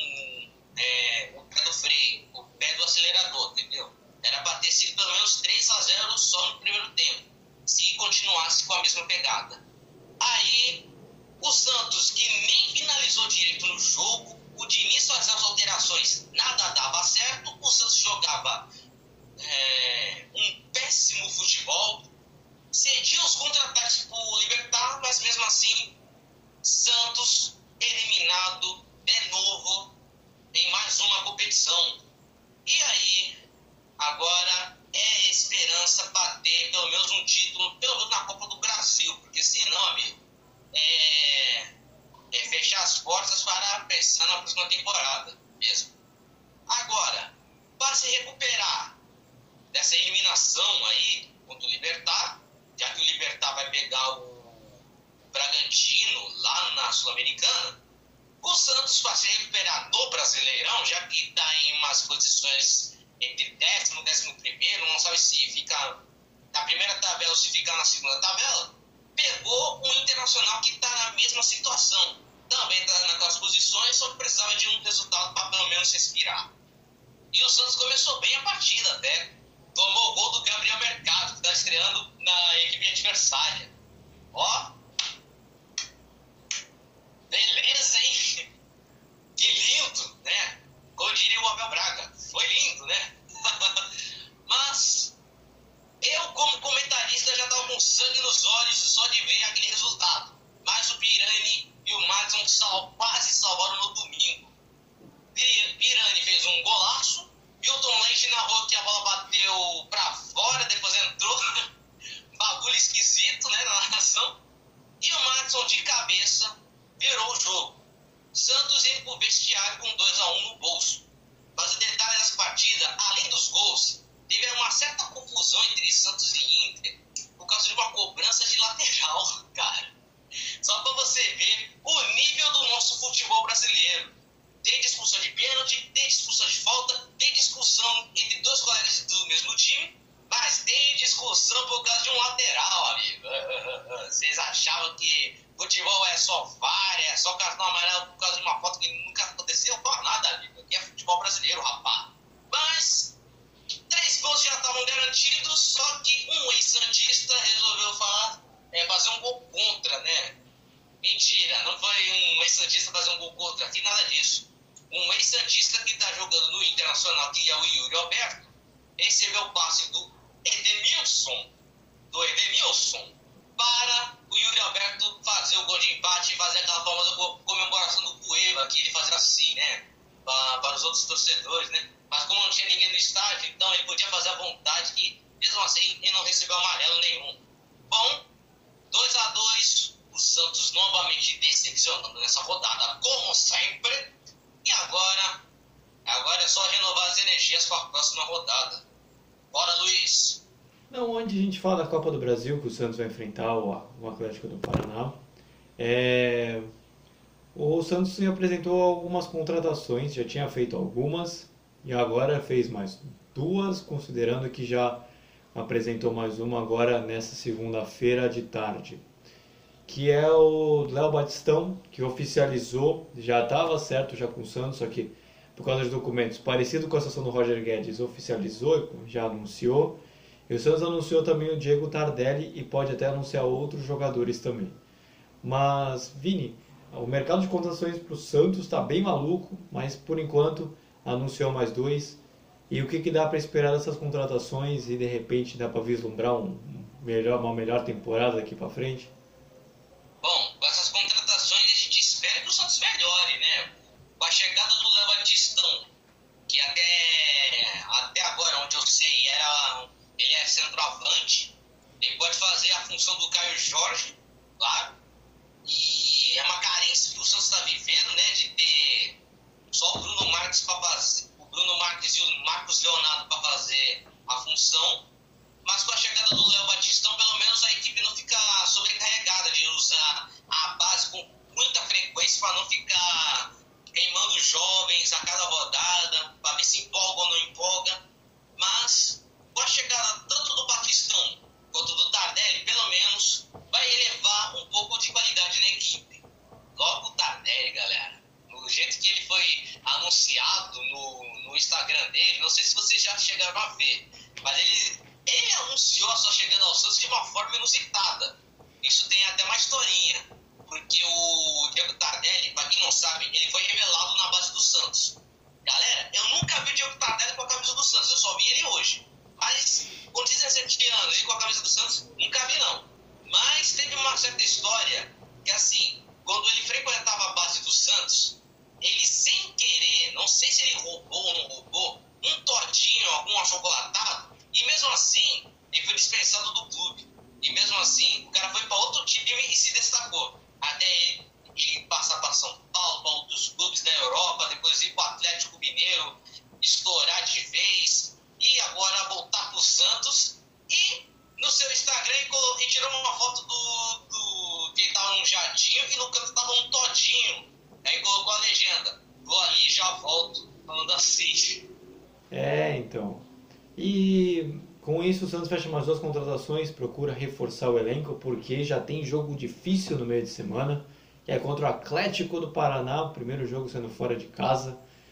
o pé do freio, o pé do acelerador, entendeu? Era para ter sido pelo menos 3-0 só no primeiro tempo, se continuasse com a mesma pegada. Aí, o Santos, que nem finalizou direito no jogo, o Diniz fazia as alterações, nada dava certo, o Santos jogava um péssimo futebol, cedia os contra-ataques para o Libertad, mas mesmo assim, Santos eliminado de novo em mais uma competição. E aí, agora é esperança bater pelo menos um título, pelo menos na Copa do Brasil, porque senão, amigo, é fechar as portas para pensar na próxima temporada mesmo. Agora, para se recuperar dessa eliminação aí contra o Libertad, já que o Libertad vai pegar o Bragantino lá na Sul-Americana, o Santos, para se recuperar do Brasileirão, já que está em umas posições entre 10º e 11º, não sabe se fica na primeira tabela ou se fica na segunda tabela, pegou um Internacional que está na mesma situação. Também está naquelas posições, só que precisava de um resultado para pelo menos respirar. E o Santos começou bem a partida até. Tomou o gol do Gabriel Mercado, que está estreando na equipe adversária. Ó, beleza, hein? Que lindo, né? Como diria o Abel Braga, foi lindo, né? Mas eu, como comentarista, já estava com sangue nos olhos só de ver aquele resultado. Mas o Pirani e o Madison quase salvaram no domingo. Pirani fez um golaço, Milton Leite narrou que a bola bateu pra fora, depois entrou. Bagulho esquisito, né, na narração. cartão amarelo por causa de uma foto que nunca aconteceu. Pô, nada, amigo. Aqui é futebol brasileiro, rapaz. Mas 3 gols já estavam garantidos, só que um ex-santista resolveu fazer um gol contra, né? Mentira, não foi um ex-santista fazer um gol contra, aqui nada disso. Um ex-santista que está jogando no Internacional, que é o Yuri Alberto, recebeu o passe do Edenilson, para o Yuri Alberto fazer o gol de empate e fazer aquela famosa comemoração do Cueva, que ele fazia assim, né? Para os outros torcedores, né? Mas como não tinha ninguém no estádio, então ele podia fazer à vontade, que mesmo assim ele não recebeu amarelo nenhum. Bom, 2-2, o Santos novamente decepcionando nessa rodada, como sempre. E agora é só renovar as energias para a próxima rodada. Bora, Luiz!
Não, onde a gente fala da Copa do Brasil, que o Santos vai enfrentar o Atlético do Paraná, o Santos apresentou algumas contratações, já tinha feito algumas, e agora fez mais 2, considerando que já apresentou mais uma agora nessa segunda-feira de tarde, que é o Léo Batistão, que oficializou, já estava certo já com o Santos, só que por causa dos documentos, parecido com a situação do Roger Guedes, oficializou, já anunciou. E o Santos anunciou também o Diego Tardelli e pode até anunciar outros jogadores também. Mas, Vini, o mercado de contratações para o Santos está bem maluco, mas por enquanto anunciou mais 2. E o que dá para esperar dessas contratações e de repente dá para vislumbrar uma melhor temporada daqui para frente?
Bom, com essas contratações a gente espera que o Santos melhore, né? Com a chegada do Léo Batistão, que até agora, onde eu sei, ele é centroavante, ele pode fazer a função do Caio Jorge, claro, e é uma carência que o Santos está vivendo, né, de ter só o Bruno Marques e o Marcos Leonardo para fazer a função, mas com a chegada do Léo Batistão, pelo menos a equipe não fica sobrecarregada de usar a base com muita frequência para não ficar queimando jovens a cada rodada, para ver se empolga ou não empolga. Mas com a chegada tanto do Batistão quanto do Tardelli, pelo menos vai elevar um pouco de qualidade na equipe. Logo o Tardelli, galera, do jeito que ele foi anunciado no Instagram dele, não sei se vocês já chegaram a ver, mas ele anunciou a sua chegada ao Santos de uma forma inusitada. Isso tem até uma historinha, porque o Diego Tardelli, para quem não sabe, ele foi revelado na base do Santos. Galera, eu nunca vi o Diego Tardelli com a camisa do Santos, eu só vi ele hoje. Mas com 17 anos e com a camisa do Santos, nunca vi não. Mas teve uma certa história que, assim, quando ele frequentava a base do Santos, ele sem querer, não sei se ele roubou ou não roubou, um todinho, algum achocolatado, e mesmo assim, ele foi dispensado do clube. E mesmo assim, o cara foi para outro time e se destacou. Até ele passar para São Paulo, para outros clubes da Europa, depois ir para o Atlético Mineiro, estourar de vez, e agora voltar para o Santos. E no seu Instagram ele tirou uma foto do que ele estava num jatinho e no canto estava um todinho. Aí colocou a legenda: vou ali e já volto. Falando assim.
Então. E com isso o Santos fecha mais 2 contratações, procura reforçar o elenco, porque já tem jogo difícil no meio de semana, que é contra o Atlético do Paraná, o primeiro jogo sendo fora de casa.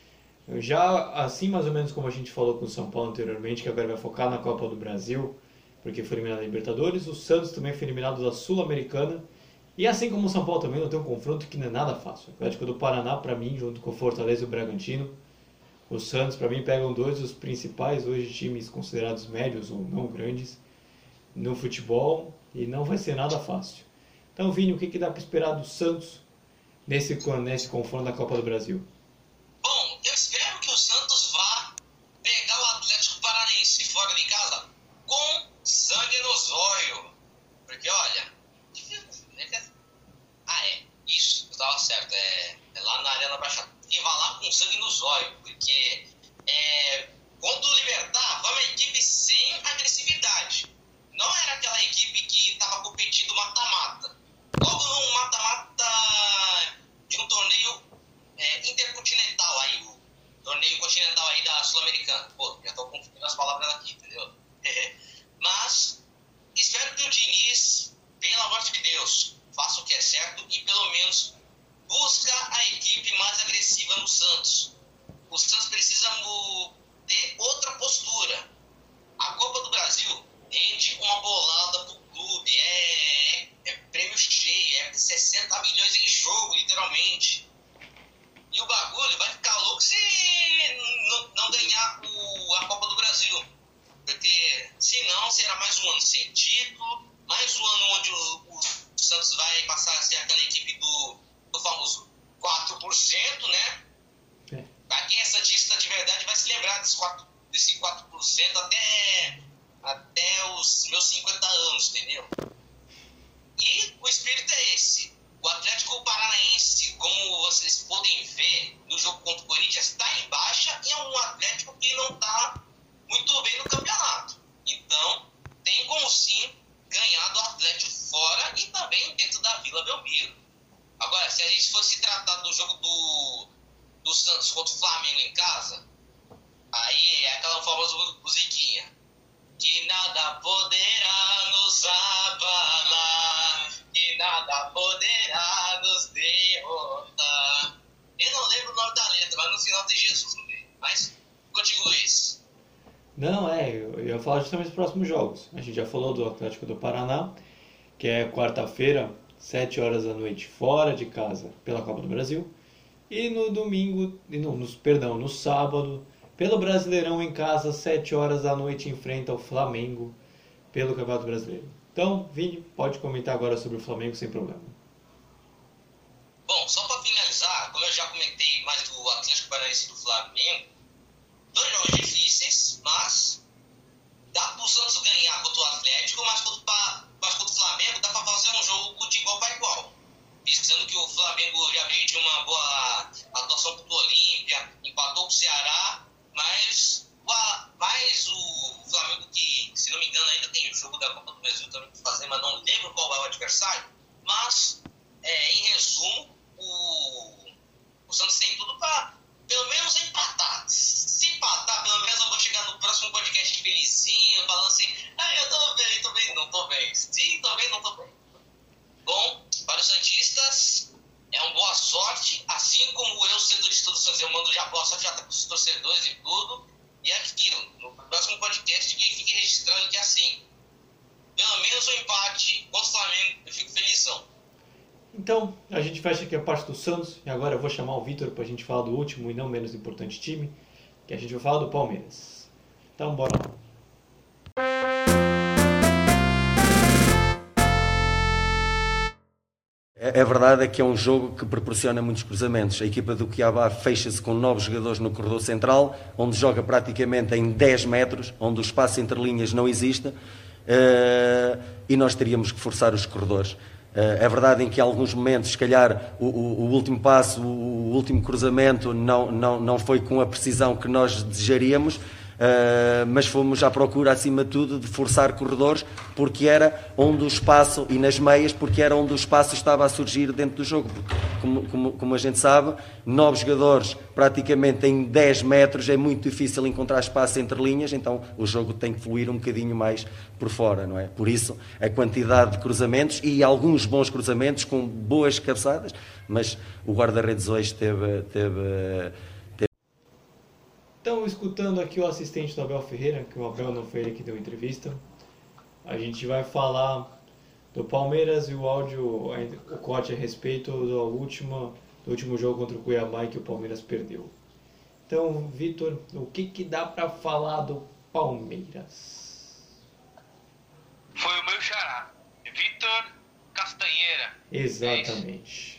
Já assim, mais ou menos como a gente falou com o São Paulo anteriormente, que agora vai focar na Copa do Brasil, porque foi eliminado da Libertadores, o Santos também foi eliminado da Sul-Americana, e assim como o São Paulo também não tem um confronto que não é nada fácil. O Atlético do Paraná, para mim, junto com o Fortaleza e o Bragantino, o Santos, para mim, pegam 2 dos principais hoje times considerados médios ou não grandes no futebol, e não vai ser nada fácil. Então, Vini, o que dá para esperar do Santos nesse confronto da Copa do Brasil?
Bom, eu espero que o Santos vá pegar o Atlético Paranaense fora de casa com sangue no zóio. Porque, olha... Isso, estava certo. É lá na Arena Baixada. E vai lá com sangue no zóio. Porque contra o Libertad foi uma equipe sem agressividade. Não era aquela equipe que estava competindo mata-mata. Logo num mata-mata de um torneio intercontinental aí, o torneio continental aí da Sul-Americana. Pô, já estou confundindo as palavras aqui, entendeu? Mas espero que o Diniz, pelo amor de Deus, faça o que é certo e pelo menos busca equipe mais agressiva no Santos. O Santos precisa ter outra postura. A Copa do Brasil rende uma bolada pro clube, é prêmio cheio, é 60 milhões em jogo, literalmente. E o bagulho vai ficar louco se não ganhar a Copa do Brasil. Porque senão será mais um ano sem título, mais um ano onde o Santos vai passar a ser aquela equipe do famoso 4%, né? Pra quem é santista de verdade vai se lembrar desse 4% até os meus 50 anos, entendeu? E o espírito é esse. O Atlético Paranaense, como vocês podem ver no jogo contra o Corinthians, está em baixa e é um Atlético que não está muito bem no campeonato. Então, tem como sim ganhar do Atlético fora e também dentro da Vila Belmiro. Agora, se a gente fosse tratar do jogo do Santos contra o Flamengo em casa, aí é aquela famosa musiquinha. Que nada poderá nos abalar, que nada poderá nos derrotar. Eu não lembro o nome da letra, mas no final tem Jesus no meio. Mas, contigo, Luiz.
Não, eu ia falar justamente dos próximos jogos. A gente já falou do Atlético do Paraná, que é quarta-feira, 7 horas da noite, fora de casa, pela Copa do Brasil. E no domingo, no sábado, pelo Brasileirão em casa, 7 horas da noite, enfrenta o Flamengo pelo Campeonato Brasileiro. Então, Vini, pode comentar agora sobre o Flamengo sem problema.
Bom, só para finalizar, como eu já comentei mais do Atlético Paranaense e do Flamengo, 2 jogos difíceis, mas dá para o Santos ganhar contra o Atlético, mas contra o Flamengo dá para fazer um jogo de igual para igual. Pensando que o Flamengo já veio de uma boa atuação contra o Olímpia, empatou com o Ceará, mas o Flamengo, que se não me engano ainda tem o jogo da Copa do Brasil também para fazer, mas não lembro qual é o adversário. Mas, em resumo, o Santos tem tudo para pelo menos empatar. Se empatar, pelo menos eu vou chegar no próximo podcast felizinho, falando assim, eu tô bem, não tô bem. Sim, tô bem, não tô bem. Bom, para os santistas, é uma boa sorte, assim como eu, setorista do Santos, eu mando já boa sorte já tá com os torcedores e tudo. E é aquilo, no próximo podcast que fique registrando que é assim, pelo menos um empate contra o Flamengo, eu fico felizão.
Então, a gente fecha aqui a parte do Santos, e agora eu vou chamar o Vitor para a gente falar do último e não menos importante time, que a gente vai falar do Palmeiras. Então, bora lá.
A verdade é que é um jogo que proporciona muitos cruzamentos. A equipa do Cuiabá fecha-se com 9 jogadores no corredor central, onde joga praticamente em 10 metros, onde o espaço entre linhas não existe, e nós teríamos que forçar os corredores. É verdade em que em alguns momentos, se calhar, o último passo, o último cruzamento não foi com a precisão que nós desejaríamos, mas fomos à procura, acima de tudo, de forçar corredores, porque era onde o espaço, e nas meias, porque era onde o espaço estava a surgir dentro do jogo. Como a gente sabe, 9 jogadores praticamente em 10 metros, é muito difícil encontrar espaço entre linhas, então o jogo tem que fluir um bocadinho mais por fora, não é? Por isso, a quantidade de cruzamentos, e alguns bons cruzamentos com boas cabeçadas, mas o guarda-redes hoje teve.
Então, escutando aqui o assistente do Abel Ferreira, que o Abel não foi ele que deu entrevista, a gente vai falar do Palmeiras e o áudio, o corte a respeito do último jogo contra o Cuiabá que o Palmeiras perdeu. Então, Vitor, o que dá para falar do Palmeiras?
Foi o meu xará, Vitor Castanheira.
Exatamente.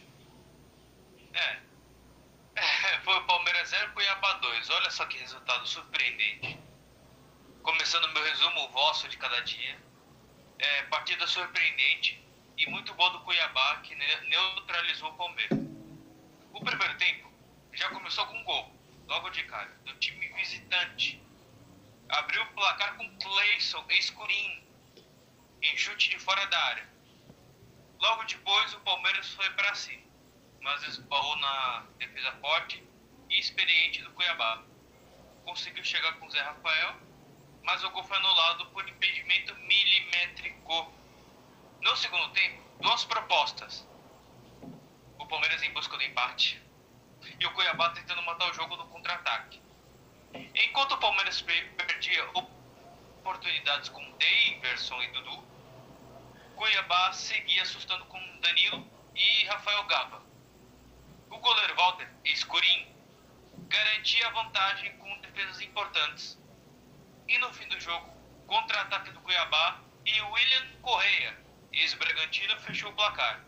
Foi o Palmeiras 0, Cuiabá 2. Olha só que resultado surpreendente. Começando o meu resumo vosso de cada dia. Partida surpreendente e muito boa do Cuiabá, que neutralizou o Palmeiras. O primeiro tempo já começou com um gol, logo de cara, do time visitante. Abriu o placar com Cleison, escurinho, em chute de fora da área. Logo depois o Palmeiras foi para cima, mas esbarrou na defesa forte e experiente do Cuiabá. Conseguiu chegar com o Zé Rafael, mas o gol foi anulado por impedimento milimétrico. No segundo tempo, 2 propostas. O Palmeiras em busca do empate. e o Cuiabá tentando matar o jogo no contra-ataque. Enquanto o Palmeiras perdia oportunidades com Daverson e Dudu, Cuiabá seguia assustando com Danilo e Rafael Gava. O goleiro Walter Escurim garantia a vantagem com defesas importantes. E no fim do jogo, contra-ataque do Cuiabá e William Correia, ex-Bragantino, fechou o placar.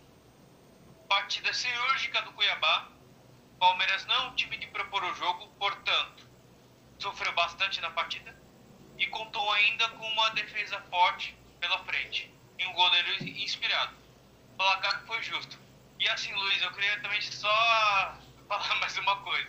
Partida cirúrgica do Cuiabá. Palmeiras não é um time de propor o jogo, portanto, sofreu bastante na partida e contou ainda com uma defesa forte pela frente e um goleiro inspirado. O placar foi justo. E assim, Luiz, eu queria também só falar mais uma coisa.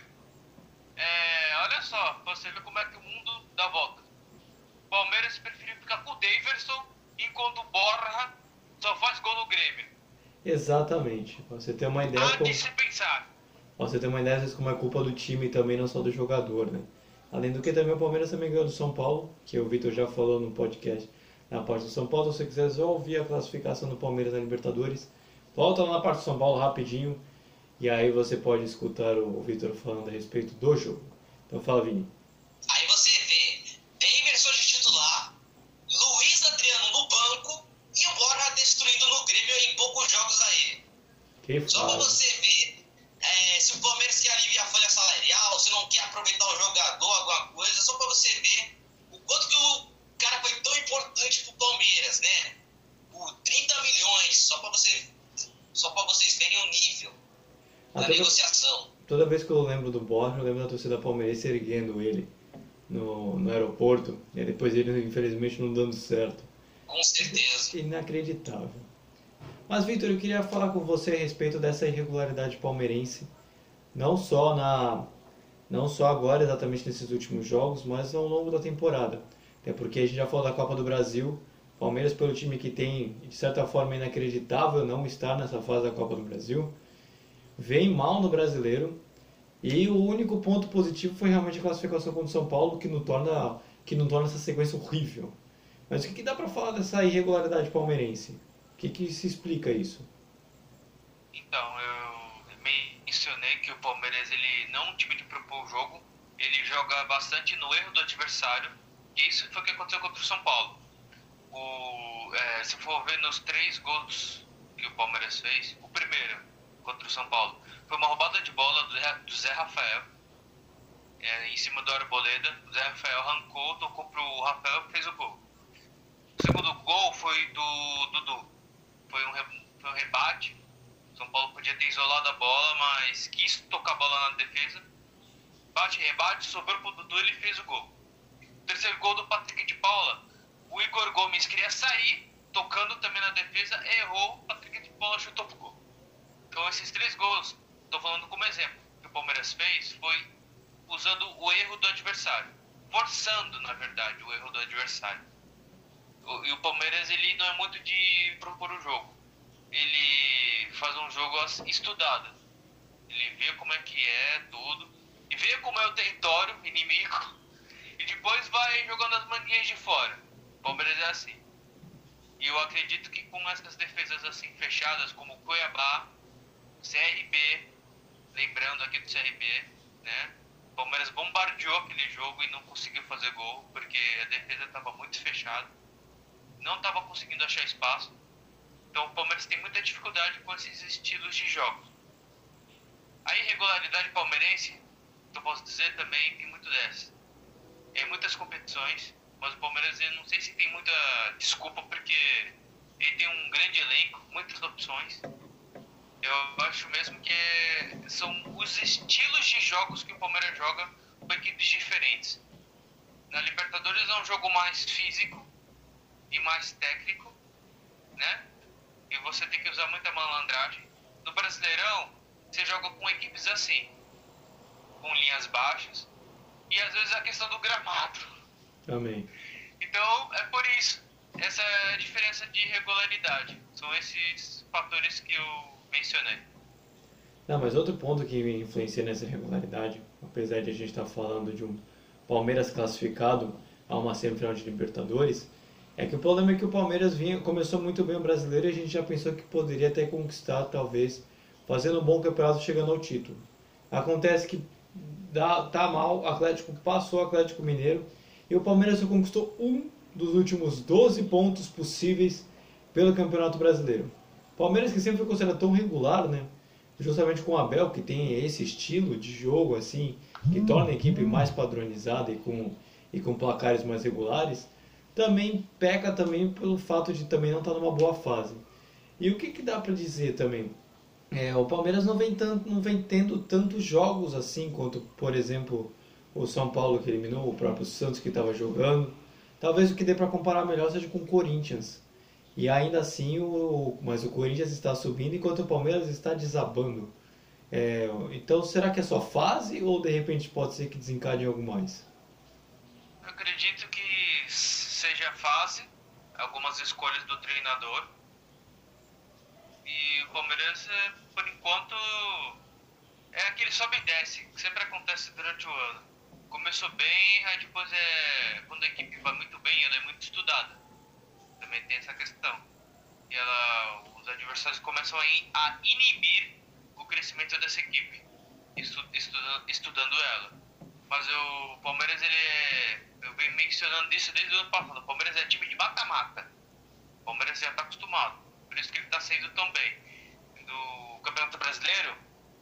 Olha só, você vê como é que o mundo dá volta. O Palmeiras preferiu ficar com o Daverson, enquanto o Borja só faz gol no Grêmio.
Exatamente. Você tem uma ideia
Há de se pensar.
Você tem uma ideia, às vezes, como é culpa do time também, não só do jogador, né? Além do que também o Palmeiras também ganhou do São Paulo, que o Vitor já falou no podcast na parte do São Paulo. Se você quiser só ouvir a classificação do Palmeiras na Libertadores, volta lá na parte do São Paulo rapidinho e aí você pode escutar o Vitor falando a respeito do jogo. Então fala, Vini.
Aí você vê Daverson de titular, Luiz Adriano no banco e o Borja destruindo no Grêmio em poucos jogos aí.
Que
Só pra
fala.
você ver se o Palmeiras quer aliviar a folha salarial, se não quer aproveitar o jogador, alguma coisa, só pra você ver o quanto que o cara foi tão importante pro Palmeiras, né? Por 30 milhões, só pra vocês verem o nível da negociação.
Toda vez que eu lembro do Borja, eu lembro da torcida palmeirense erguendo ele no aeroporto, e depois ele, infelizmente, não dando certo.
Com certeza.
Inacreditável. Mas, Vitor, eu queria falar com você a respeito dessa irregularidade palmeirense, não só agora, exatamente nesses últimos jogos, mas ao longo da temporada. Até porque a gente já falou da Copa do Brasil, Palmeiras, pelo time que tem, de certa forma, inacreditável não estar nessa fase da Copa do Brasil, vem mal no Brasileiro, e o único ponto positivo foi realmente a classificação contra o São Paulo, que não torna essa sequência horrível. Mas o que dá para falar dessa irregularidade palmeirense? O que se explica isso?
Então, eu mencionei que o Palmeiras ele não é um time de propor o jogo, ele joga bastante no erro do adversário, e isso foi o que aconteceu contra o São Paulo. Se for ver nos 3 gols que o Palmeiras fez, o primeiro contra o São Paulo foi uma roubada de bola do Zé Rafael, em cima do Arboleda. O Zé Rafael arrancou, tocou pro Rafael e fez o gol. O segundo gol foi do Dudu. Foi um rebate. O São Paulo podia ter isolado a bola, mas quis tocar a bola na defesa. Bate, rebate, sobrou pro Dudu, ele fez o gol. O terceiro gol do Patrick de Paula. O Igor Gomes queria sair, tocando também na defesa, errou, o Patrick de Paula chutou pro gol. Então esses 3 gols, estou falando como exemplo, que o Palmeiras fez, foi usando o erro do adversário. Forçando, na verdade, o erro do adversário. E o Palmeiras, ele não é muito de propor o jogo. Ele faz um jogo estudado. Ele vê como é que é tudo, e vê como é o território inimigo, e depois vai jogando as manguinhas de fora. O Palmeiras é assim. E eu acredito que com essas defesas assim fechadas, como o Cuiabá, CRB, lembrando aqui do CRB, né? O Palmeiras bombardeou aquele jogo e não conseguiu fazer gol, porque a defesa estava muito fechada, não estava conseguindo achar espaço. Então o Palmeiras tem muita dificuldade com esses estilos de jogos. A irregularidade palmeirense, eu posso dizer também, tem muito dessa. Em muitas competições, mas o Palmeiras, eu não sei se tem muita desculpa, porque ele tem um grande elenco, muitas opções. Eu acho mesmo que são os estilos de jogos que o Palmeiras joga com equipes diferentes. Na Libertadores é um jogo mais físico e mais técnico, né? E você tem que usar muita malandragem. No Brasileirão, você joga com equipes assim, com linhas baixas, e às vezes a questão do gramado.
Amém.
Então, é por isso. Essa é a diferença de regularidade. São esses fatores que eu mencionei.
Não, mas outro ponto que me influencia nessa irregularidade, apesar de a gente estar falando de um Palmeiras classificado a uma semifinal de Libertadores, é que o problema é que o Palmeiras começou muito bem o Brasileiro e a gente já pensou que poderia até conquistar, talvez, fazendo um bom campeonato chegando ao título. Acontece que tá mal, o Atlético passou o Atlético Mineiro e o Palmeiras só conquistou um dos últimos 12 pontos possíveis pelo Campeonato Brasileiro. Palmeiras que sempre foi considerado tão regular, né? Justamente com o Abel, que tem esse estilo de jogo assim, que torna a equipe mais padronizada e com placares mais regulares, também peca também pelo fato de também não estar numa boa fase. E o que dá para dizer também? O Palmeiras não vem tendo tantos jogos assim quanto, por exemplo, o São Paulo que eliminou, o próprio Santos que estava jogando. Talvez o que dê para comparar melhor seja com o Corinthians. E ainda assim, mas o Corinthians está subindo enquanto o Palmeiras está desabando. Então, será que é só fase ou de repente pode ser que desencade algo mais?
Eu acredito que seja fase, algumas escolhas do treinador. E o Palmeiras, por enquanto, é aquele sobe e desce, que sempre acontece durante o ano. Começou bem, aí depois quando a equipe vai muito bem, ela é muito estudada. Também tem essa questão. E os adversários começam a inibir o crescimento dessa equipe, estudando ela. Mas o Palmeiras, eu venho mencionando isso desde o ano passado. O Palmeiras é time de mata-mata. O Palmeiras já está acostumado. Por isso que ele está saindo tão bem. Do Campeonato Brasileiro,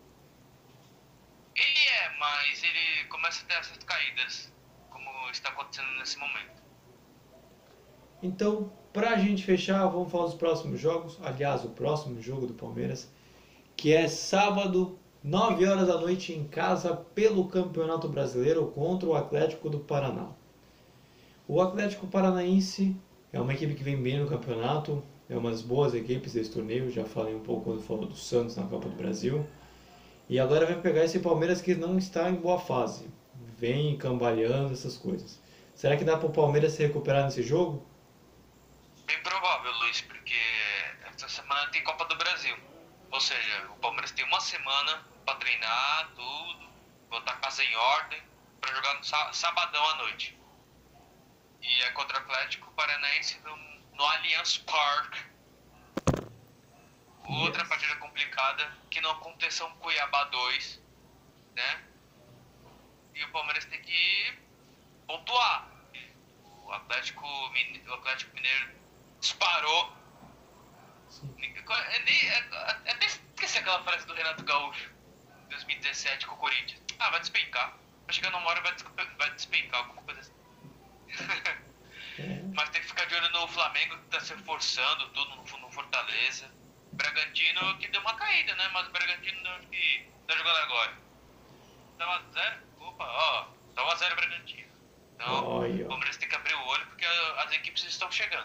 mas ele começa a ter essas caídas, como está acontecendo nesse momento.
Então, pra gente fechar, vamos falar dos próximos jogos. Aliás, o próximo jogo do Palmeiras, que é sábado, 9 horas da noite, em casa, pelo Campeonato Brasileiro, contra o Atlético do Paraná. O Atlético Paranaense é uma equipe que vem bem no campeonato, é uma das boas equipes desse torneio, já falei um pouco quando falou do Santos na Copa do Brasil. E agora vai pegar esse Palmeiras que não está em boa fase, vem cambaleando essas coisas. Será que dá para o Palmeiras se recuperar nesse jogo?
Bem provável, Luiz, porque essa semana tem Copa do Brasil. Ou seja, o Palmeiras tem uma semana para treinar tudo, botar a casa em ordem, para jogar no sabadão à noite. E é contra o Atlético Paranaense no Allianz Parque. Outra partida complicada, que não aconteceu um Cuiabá 2, né? E o Palmeiras tem que pontuar. O Atlético Mineiro disparou. Até esqueci aquela frase do Renato Gaúcho, em 2017 com o Corinthians. Vai despencar. Vai chegar numa hora e vai despencar, alguma coisa assim. Mas tem que ficar de olho no Flamengo, que está se reforçando tudo no Fortaleza. Bragantino que deu uma caída, né? Mas o Bragantino que tá jogando agora. Tava 0? Opa, tava 0 Bragantino. Então, o Palmeiras tem que abrir o olho porque as equipes estão chegando.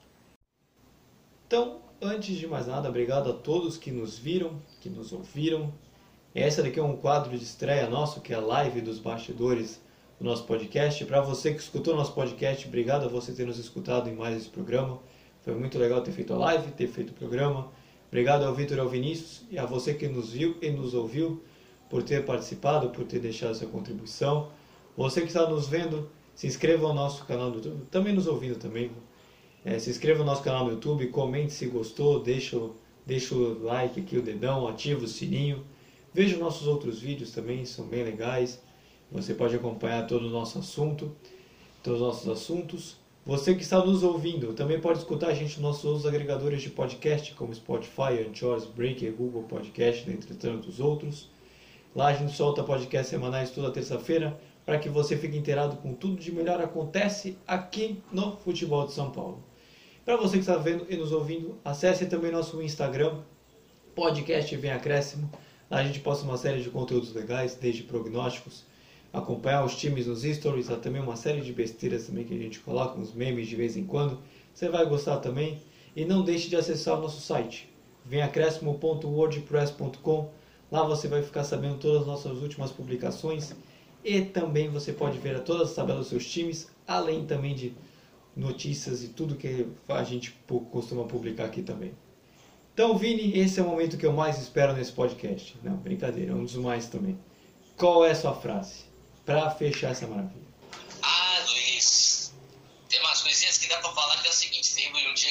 Então, antes de mais nada, obrigado a todos que nos viram, que nos ouviram. Essa daqui é um quadro de estreia nosso, que é a live dos bastidores do nosso podcast. Para você que escutou nosso podcast, obrigado a você ter nos escutado em mais esse programa. Foi muito legal ter feito a live, ter feito o programa. Obrigado ao Vitor e ao Vinícius e a você que nos viu e nos ouviu por ter participado, por ter deixado sua contribuição. Você que está nos vendo, se inscreva no nosso canal do YouTube, também nos ouvindo também. Se inscreva no nosso canal no YouTube, comente se gostou, deixa o like aqui, o dedão, ativa o sininho. Veja os nossos outros vídeos também, são bem legais. Você pode acompanhar todo o nosso assunto, todos os nossos assuntos. Você que está nos ouvindo também pode escutar a gente nos nossos outros agregadores de podcast, como Spotify, Anchor, Breaker, Google Podcast, entre tantos outros. Lá a gente solta podcasts semanais toda terça-feira para que você fique inteirado com tudo de melhor acontece aqui no futebol de São Paulo. Para você que está vendo e nos ouvindo, acesse também nosso Instagram, podcast Vem Acréscimo. Lá a gente posta uma série de conteúdos legais, desde prognósticos, acompanhar os times nos stories, há também uma série de besteiras também que a gente coloca, uns memes de vez em quando. Você vai gostar também. E não deixe de acessar o nosso site, vemacréscimo.wordpress.com. Lá você vai ficar sabendo todas as nossas últimas publicações e também você pode ver todas as tabelas dos seus times, além também de notícias e tudo que a gente costuma publicar aqui também. Então, Vini, esse é o momento que eu mais espero nesse podcast. Não, brincadeira, é um dos mais também. Qual é a sua frase para fechar essa maravilha?
Luiz, tem umas coisinhas que dá pra falar que é o seguinte: teve um dia que uma pessoa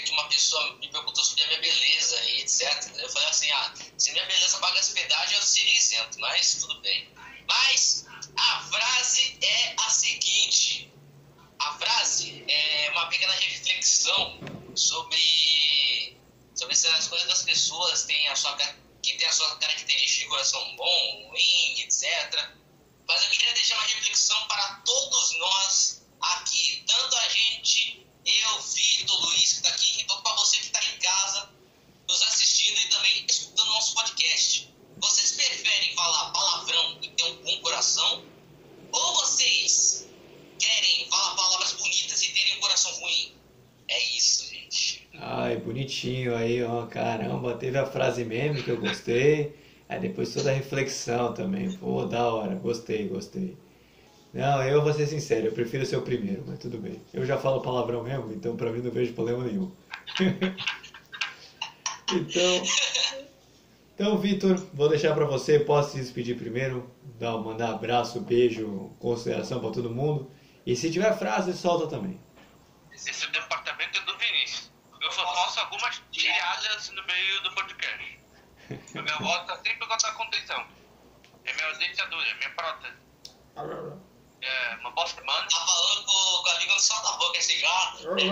me perguntou sobre a minha beleza e etc. Eu falei assim, se minha beleza pagasse pedágio, eu seria isento, mas tudo bem. Mas a frase é a seguinte. A frase é uma pequena reflexão sobre se as coisas das pessoas têm a sua característica de coração bom, ruim, etc. Mas eu queria deixar uma reflexão para todos nós aqui, tanto a gente, eu, Vitor, Luiz, que está aqui, então para você que está em casa, nos assistindo e também escutando nosso podcast. Vocês preferem falar palavrão e ter um bom coração? Ou vocês querem falar palavras bonitas e terem um coração ruim? É isso, gente.
Ai, bonitinho aí, ó, caramba, teve a frase meme que eu gostei, aí depois toda a reflexão também, pô, da hora, gostei. Não, eu vou ser sincero, eu prefiro ser o primeiro, mas tudo bem. Eu já falo palavrão mesmo, então pra mim não vejo problema nenhum. Então, Vitor, vou deixar pra você, posso se despedir primeiro, mandar abraço, beijo, consideração pra todo mundo, e se tiver frase, solta também.
Esse departamento é do Vinícius. Eu só faço algumas tiradas no meio do podcast. A minha voz tá sempre com a contenção. É minha dentadura, minha prótese. É uma boa semana.
Tá falando com a língua só da boca, assim, já.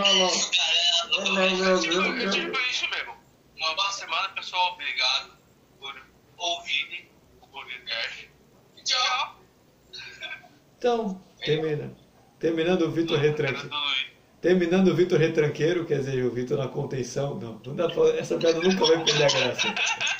Tipo isso mesmo. Uma boa semana, pessoal. Obrigado por ouvirem o podcast. Tchau.
Então, terminando o Vitor Retranqueiro. Terminando o Vitor Retranqueiro, quer dizer, o Vitor na contenção. Não dá pra, essa piada nunca vai perder a graça.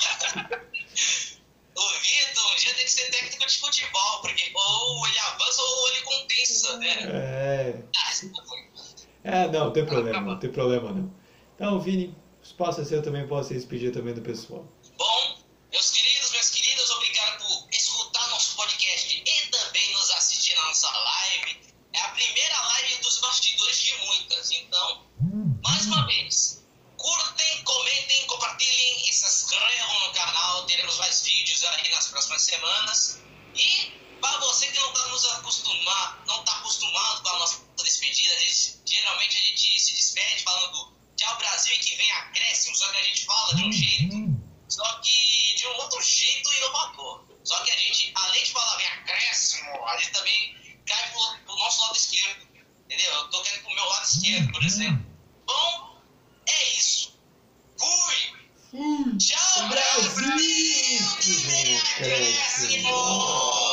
O Vitor, um dia tem que ser técnico de futebol, porque ou ele avança ou ele condensa, né?
Não tem problema não. Então, Vini, o espaço é seu, também posso se despedir também do pessoal.
Bom, meus queridos, minhas queridas, obrigado por escutar nosso podcast e também nos assistir na nossa live. É a primeira live dos bastidores de muitas, então, mais uma vez, curtem, comentem, compartilhem e se inscrevam no canal, teremos mais vídeos aí nas próximas semanas. E para você que não está acostumado com a nossa despedida, geralmente a gente se despede falando tchau Brasil e que vem acréscimo, só que a gente fala de um jeito, só que de um outro jeito inovador. Só que a gente, além de falar vem acréscimo, a gente também cai pro nosso lado esquerdo, entendeu? Eu tô querendo pro meu lado esquerdo, por exemplo. Bom, é isso. Fui! Tchau, Brasil! Que vem acréscimo!